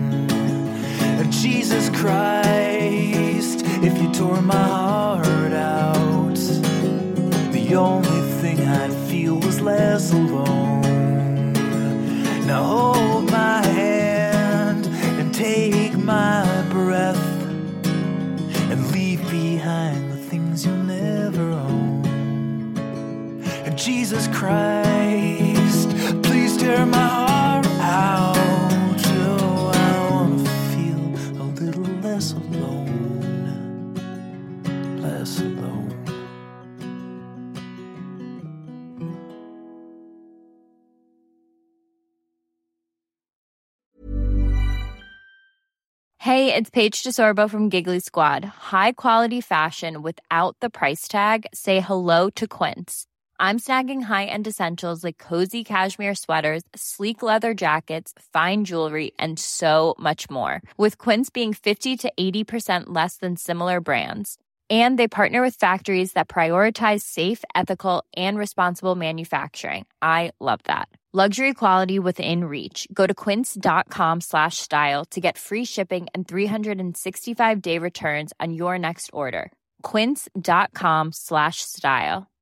Jesus Christ, if you tore my heart out, the only thing I'd feel was less alone. Now hold my hand and take my breath and leave behind the things you'll never own. And Jesus Christ, please tear my heart out. Oh, I wanna feel a little less alone, less alone. Hey, it's Paige DeSorbo from Giggly Squad. High quality fashion without the price tag. Say hello to Quince. I'm snagging high-end essentials like cozy cashmere sweaters, sleek leather jackets, fine jewelry, and so much more. With Quince being fifty to eighty percent less than similar brands. And they partner with factories that prioritize safe, ethical, and responsible manufacturing. I love that. Luxury quality within reach. Go to quince.com slash style to get free shipping and three sixty-five day returns on your next order. Quince.com slash style.